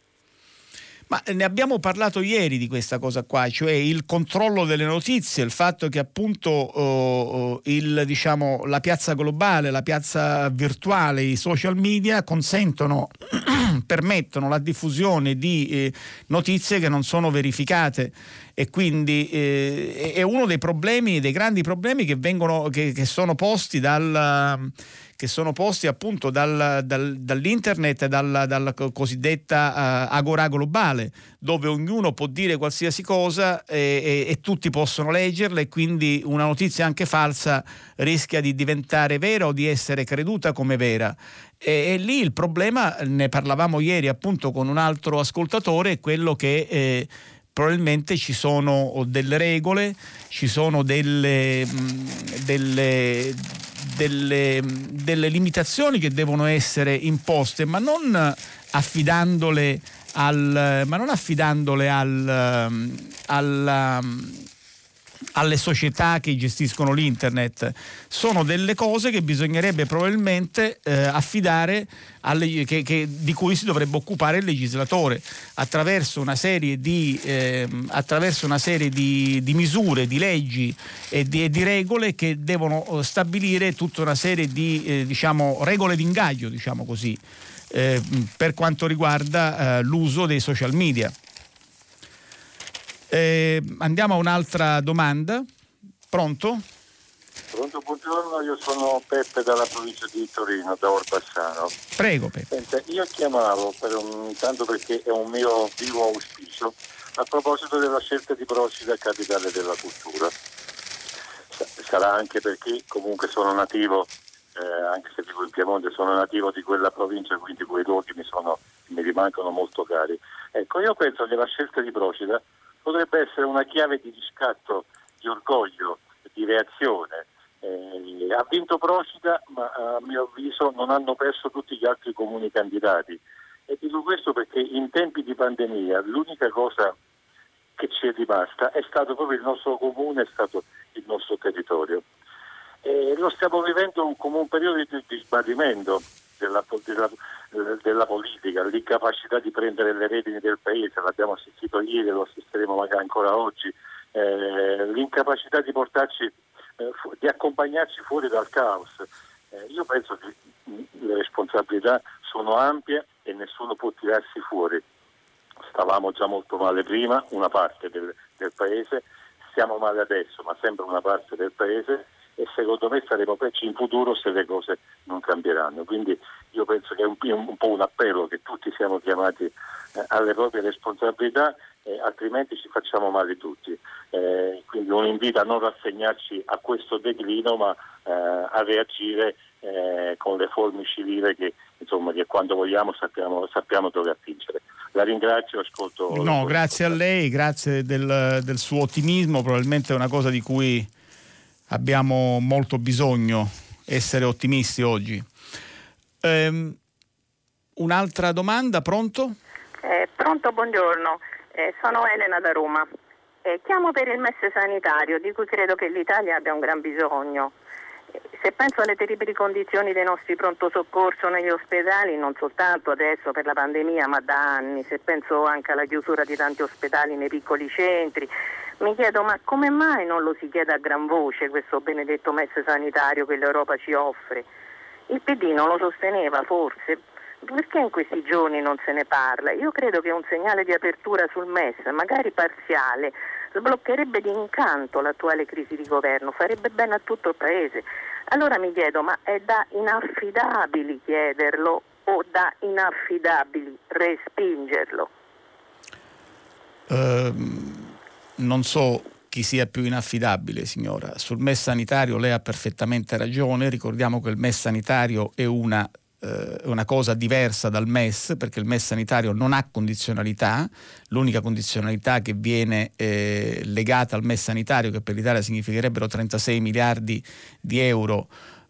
Ma ne abbiamo parlato ieri di questa cosa qua, cioè il controllo delle notizie, il fatto che appunto oh, il, diciamo, la piazza globale, la piazza virtuale, i social media consentono, permettono la diffusione di eh, notizie che non sono verificate e quindi eh, è uno dei problemi, dei grandi problemi che vengono, che, che sono posti dal che sono posti appunto dal, dal, dall'internet e dalla, dalla cosiddetta uh, agora globale, dove ognuno può dire qualsiasi cosa e, e, e tutti possono leggerla, e quindi una notizia anche falsa rischia di diventare vera o di essere creduta come vera. E, e lì il problema, ne parlavamo ieri appunto con un altro ascoltatore, è quello che eh, probabilmente ci sono delle regole, ci sono delle, delle, delle, delle limitazioni che devono essere imposte, ma non affidandole al, ma non affidandole al, al, alle società che gestiscono l'internet. Sono delle cose che bisognerebbe probabilmente eh, affidare alle, che, che, di cui si dovrebbe occupare il legislatore attraverso una serie di eh, attraverso una serie di, di misure, di leggi e di, e di regole che devono stabilire tutta una serie di eh, diciamo regole d'ingaggio, diciamo così, eh, per quanto riguarda eh, l'uso dei social media. Eh, andiamo a un'altra domanda. Pronto? Pronto, buongiorno, io sono Peppe dalla provincia di Torino, da Orbassano. Prego Peppe. Senta, io chiamavo per un, tanto perché è un mio vivo auspicio a proposito della scelta di Procida capitale della cultura. Sarà anche perché comunque sono nativo, eh, anche se vivo in Piemonte, sono nativo di quella provincia, quindi quei luoghi mi, sono, mi rimangono molto cari. Ecco, io penso che la scelta di Procida potrebbe essere una chiave di riscatto, di orgoglio, di reazione. Eh, ha vinto Procida, ma a mio avviso non hanno perso tutti gli altri comuni candidati. E dico questo perché in tempi di pandemia l'unica cosa che ci è rimasta è stato proprio il nostro comune, è stato il nostro territorio. E lo stiamo vivendo come un periodo di, di smarrimento della, della, della politica, l'incapacità di prendere le redini del paese, l'abbiamo assistito ieri, lo assisteremo magari ancora oggi, eh, l'incapacità di portarci, eh, fu- di accompagnarci fuori dal caos. Eh, io penso che le responsabilità sono ampie e nessuno può tirarsi fuori. Stavamo già molto male prima, una parte del, del paese, stiamo male adesso, ma sempre una parte del paese, e secondo me saremo peggio in futuro se le cose non cambieranno. Quindi io penso che è un, un po' un appello che tutti siamo chiamati eh, alle proprie responsabilità, eh, altrimenti ci facciamo male tutti. Eh, quindi un invito a non rassegnarci a questo declino, ma eh, a reagire eh, con le formici vive che, insomma, che quando vogliamo sappiamo, sappiamo dove attingere. La ringrazio, ascolto. No, grazie a lei, grazie del, del suo ottimismo, probabilmente è una cosa di cui abbiamo molto bisogno, essere ottimisti oggi. Ehm, un'altra domanda, pronto? Eh, pronto, buongiorno, eh, sono Elena da Roma. Eh, chiamo per il M E S sanitario, di cui credo che l'Italia abbia un gran bisogno. Eh, se penso alle terribili condizioni dei nostri pronto soccorso negli ospedali, non soltanto adesso per la pandemia, ma da anni, se penso anche alla chiusura di tanti ospedali nei piccoli centri, mi chiedo, ma come mai non lo si chiede a gran voce questo benedetto M E S sanitario che l'Europa ci offre? Il P D non lo sosteneva forse? Perché in questi giorni non se ne parla? Io credo che un segnale di apertura sul M E S, magari parziale, sbloccherebbe di incanto l'attuale crisi di governo, farebbe bene a tutto il Paese. Allora mi chiedo, ma è da inaffidabili chiederlo o da inaffidabili respingerlo? Uh, non so chi sia più inaffidabile, signora. Sul M E S sanitario lei ha perfettamente ragione. Ricordiamo che il M E S sanitario è una, eh, una cosa diversa dal M E S, perché il M E S sanitario non ha condizionalità. L'unica condizionalità che viene eh, legata al M E S sanitario, che per l'Italia significherebbero trentasei miliardi di euro,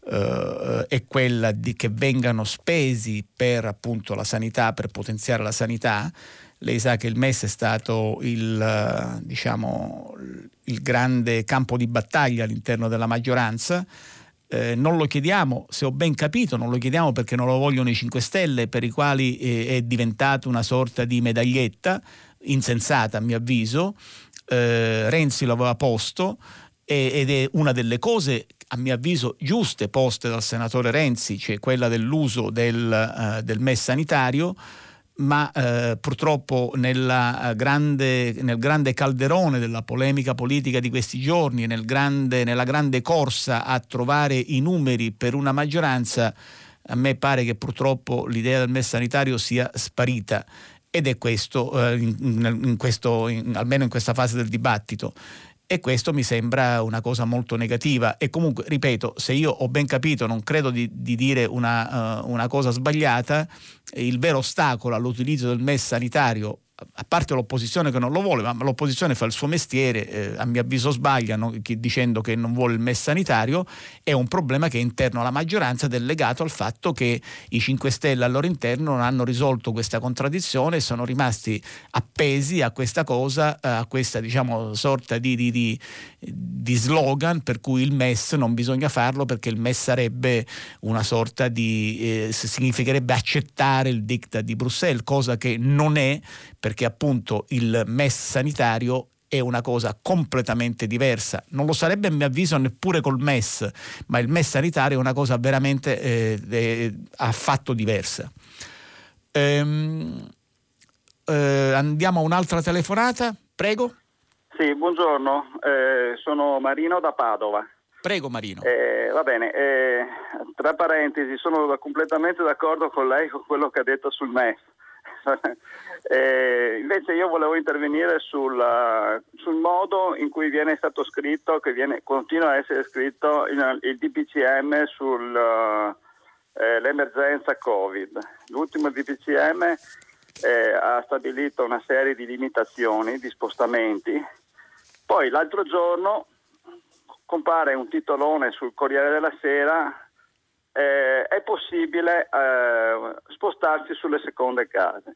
eh, è quella di che vengano spesi per appunto la sanità, per potenziare la sanità. Lei sa che il M E S è stato il, diciamo, il grande campo di battaglia all'interno della maggioranza. Eh, non lo chiediamo, se ho ben capito, non lo chiediamo perché non lo vogliono i cinque Stelle, per i quali eh, è diventato una sorta di medaglietta, insensata a mio avviso. Eh, Renzi lo aveva posto e, ed è una delle cose, a mio avviso, giuste poste dal senatore Renzi, cioè quella dell'uso del, uh, del M E S sanitario, ma eh, purtroppo nella grande, nel grande calderone della polemica politica di questi giorni, nel grande, nella grande corsa a trovare i numeri per una maggioranza, a me pare che purtroppo l'idea del M E S sanitario sia sparita, ed è questo, eh, in, in questo in, almeno in questa fase del dibattito. E questo mi sembra una cosa molto negativa. E comunque, ripeto, se io ho ben capito, non credo di, di dire una, uh, una cosa sbagliata, il vero ostacolo all'utilizzo del M E S sanitario, a parte l'opposizione che non lo vuole, ma l'opposizione fa il suo mestiere, eh, a mio avviso sbagliano chi, dicendo che non vuole il M E S sanitario, è un problema che è interno alla maggioranza ed è legato al fatto che i cinque Stelle al loro interno non hanno risolto questa contraddizione e sono rimasti appesi a questa cosa, a questa diciamo sorta di, di, di, di slogan per cui il M E S non bisogna farlo perché il M E S sarebbe una sorta di eh, significherebbe accettare il diktat di Bruxelles, cosa che non è, perché appunto il M E S sanitario è una cosa completamente diversa. Non lo sarebbe a mio avviso neppure col M E S, ma il M E S sanitario è una cosa veramente eh, eh, affatto diversa. Ehm, eh, andiamo a un'altra telefonata, prego. Sì, buongiorno, eh, sono Marino da Padova. Prego Marino. Eh, va bene, eh, tra parentesi, sono completamente d'accordo con lei con quello che ha detto sul M E S. Eh, invece io volevo intervenire sul, uh, sul modo in cui viene stato scritto, che viene, continua a essere scritto il, il D P C M sull'emergenza uh, eh, Covid. L'ultimo D P C M eh, ha stabilito una serie di limitazioni, di spostamenti. Poi l'altro giorno compare un titolone sul Corriere della Sera. Eh, è possibile eh, spostarsi sulle seconde case.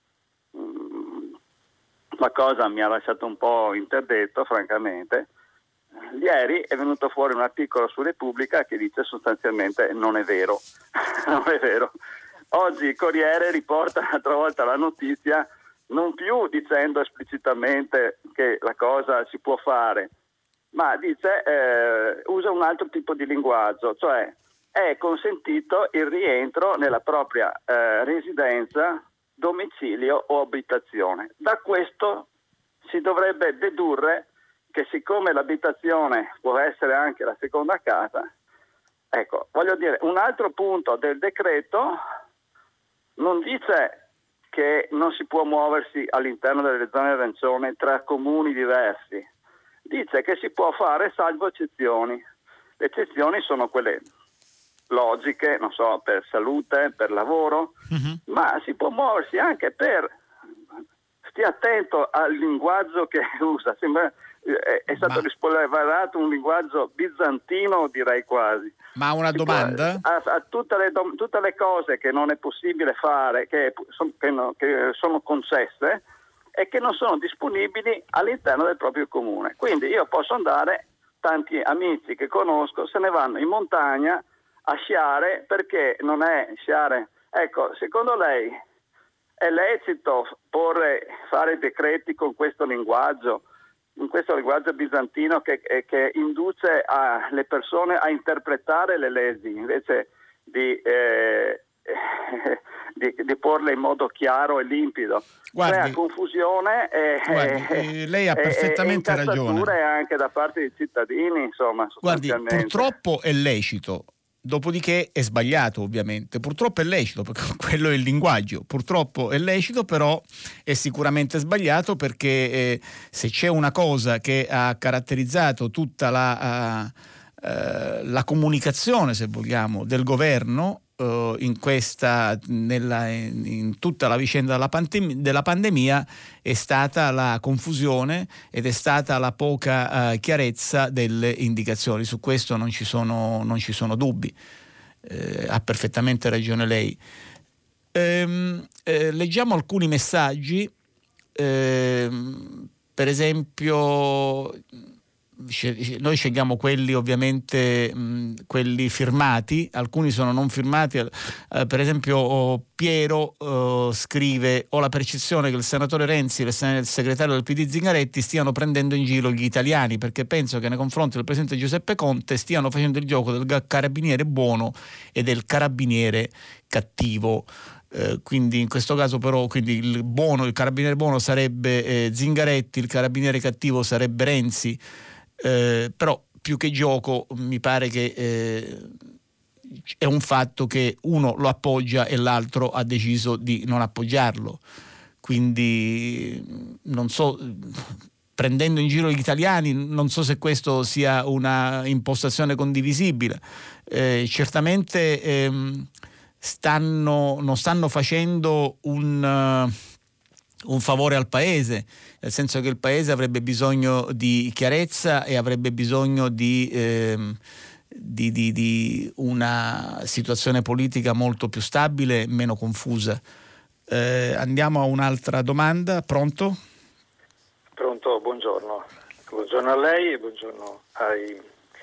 Mm, la cosa mi ha lasciato un po' interdetto, francamente. Ieri è venuto fuori un articolo su Repubblica che dice sostanzialmente non è vero. Non è vero. Oggi il Corriere riporta un'altra volta la notizia, non più dicendo esplicitamente che la cosa si può fare, ma dice eh, usa un altro tipo di linguaggio, cioè è consentito il rientro nella propria eh, residenza, domicilio o abitazione. Da questo si dovrebbe dedurre che siccome l'abitazione può essere anche la seconda casa, ecco, voglio dire, un altro punto del decreto non dice che non si può muoversi all'interno delle zone arancioni tra comuni diversi, dice che si può fare salvo eccezioni. Le eccezioni sono quelle logiche, non so, per salute, per lavoro, uh-huh. ma si può muoversi anche per, stia attento al linguaggio che usa, sembra è, è stato ma... rispolverato un linguaggio bizantino, direi quasi. Ma una si domanda? Può, a, a tutte, le, tutte le cose che non è possibile fare, che, che, no, che sono concesse e che non sono disponibili all'interno del proprio comune. Quindi io posso andare, tanti amici che conosco se ne vanno in montagna a sciare perché non è sciare. Ecco, secondo lei è lecito porre, fare decreti con questo linguaggio, in questo linguaggio bizantino che, che induce a, le persone a interpretare le leggi invece di, eh, di, di porle in modo chiaro e limpido. Guardi, crea confusione e, guardi, e, lei ha perfettamente e, e ragione. anche da parte dei cittadini, insomma, guardi, purtroppo è lecito. Dopodiché è sbagliato, ovviamente. Purtroppo è lecito, perché quello è il linguaggio. Purtroppo è lecito, però è sicuramente sbagliato, perché eh, se c'è una cosa che ha caratterizzato tutta la, uh, uh, la comunicazione, se vogliamo, del governo uh, in questa, nella, in, in tutta la vicenda della, pandem- della pandemia, è stata la confusione ed è stata la poca uh, chiarezza delle indicazioni. Su questo non ci sono, non ci sono dubbi. Eh, ha perfettamente ragione lei. Ehm, eh, leggiamo alcuni messaggi. Ehm, per esempio, noi scegliamo quelli ovviamente mh, quelli firmati, alcuni sono non firmati. Eh, per esempio oh, Piero oh, scrive: ho la percezione che il senatore Renzi e il segretario del P D Zingaretti stiano prendendo in giro gli italiani, perché penso che nei confronti del presidente Giuseppe Conte stiano facendo il gioco del carabiniere buono e del carabiniere cattivo. Eh, quindi in questo caso però quindi il buono, il carabiniere buono sarebbe eh, Zingaretti, il carabiniere cattivo sarebbe Renzi. Eh, però più che gioco mi pare che eh, è un fatto che uno lo appoggia e l'altro ha deciso di non appoggiarlo, quindi non so, prendendo in giro gli italiani, non so se questo sia una impostazione condivisibile. Eh, certamente ehm, stanno, non stanno facendo un... Uh, un favore al paese, nel senso che il paese avrebbe bisogno di chiarezza e avrebbe bisogno di, ehm, di, di, di una situazione politica molto più stabile e meno confusa. Eh, andiamo a un'altra domanda. Pronto? Pronto, buongiorno. Buongiorno a lei e buongiorno ai,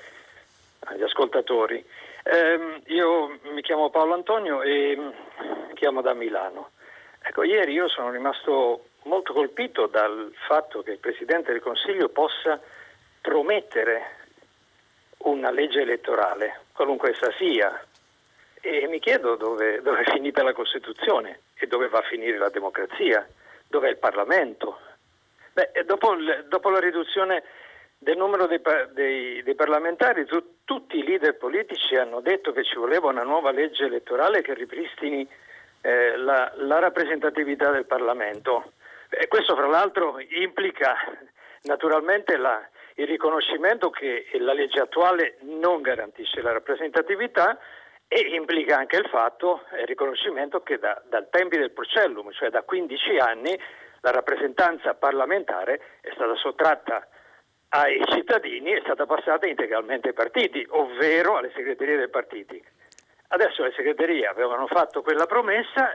agli ascoltatori. Eh, io mi chiamo Paolo Antonio e chiamo da Milano. Ecco, ieri io sono rimasto molto colpito dal fatto che il Presidente del Consiglio possa promettere una legge elettorale, qualunque essa sia, e mi chiedo dove, dove è finita la Costituzione e dove va a finire la democrazia, dove è il Parlamento. Beh, dopo, dopo la riduzione del numero dei, dei, dei parlamentari, tu, tutti i leader politici hanno detto che ci voleva una nuova legge elettorale che ripristini Eh, la, la rappresentatività del Parlamento. E questo fra l'altro implica naturalmente la, il riconoscimento che la legge attuale non garantisce la rappresentatività e implica anche il fatto, il riconoscimento che da, dal tempi del Porcellum, cioè da quindici anni, la rappresentanza parlamentare è stata sottratta ai cittadini, è stata passata integralmente ai partiti, ovvero alle segreterie dei partiti. Adesso le segreterie avevano fatto quella promessa.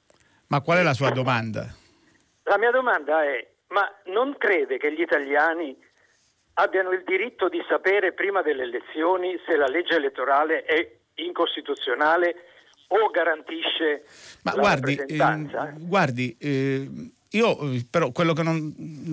Ma qual è la sua domanda? La mia domanda è: ma non crede che gli italiani abbiano il diritto di sapere prima delle elezioni se la legge elettorale è incostituzionale o garantisce ma la guardi, rappresentanza? Eh, guardi, eh, io però quello che non,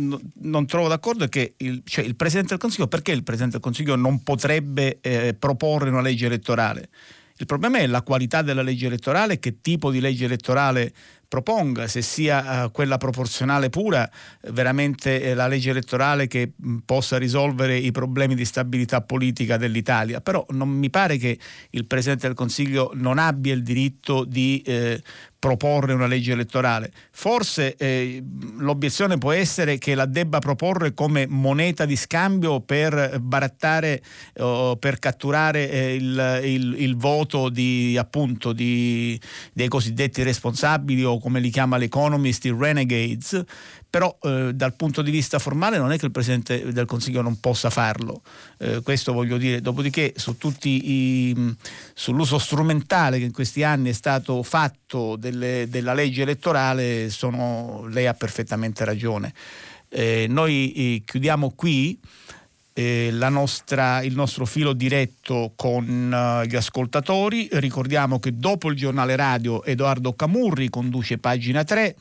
non trovo d'accordo è che il, cioè il Presidente del Consiglio, perché il Presidente del Consiglio non potrebbe eh, proporre una legge elettorale? Il problema è la qualità della legge elettorale, che tipo di legge elettorale proponga, se sia uh, quella proporzionale pura, veramente eh, la legge elettorale che mh, possa risolvere i problemi di stabilità politica dell'Italia. Però non mi pare che il Presidente del Consiglio non abbia il diritto di eh, proporre una legge elettorale. Forse eh, l'obiezione può essere che la debba proporre come moneta di scambio per barattare o per catturare eh, il, il, il voto di, appunto, di, dei cosiddetti responsabili, o come li chiama l'Economist, i renegades. Però eh, dal punto di vista formale non è che il Presidente del Consiglio non possa farlo, eh, questo voglio dire. Dopodiché su tutti i, sull'uso strumentale che in questi anni è stato fatto delle, della legge elettorale, sono, lei ha perfettamente ragione. Eh, noi eh, chiudiamo qui eh, la nostra, il nostro filo diretto con uh, gli ascoltatori. Ricordiamo che dopo il giornale radio Edoardo Camurri conduce Pagina tre.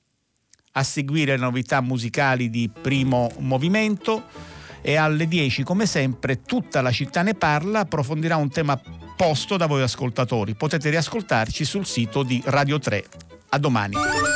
A seguire le novità musicali di Primo Movimento, e alle dieci come sempre Tutta la città ne parla approfondirà un tema posto da voi ascoltatori. Potete riascoltarci sul sito di Radio tre. A domani.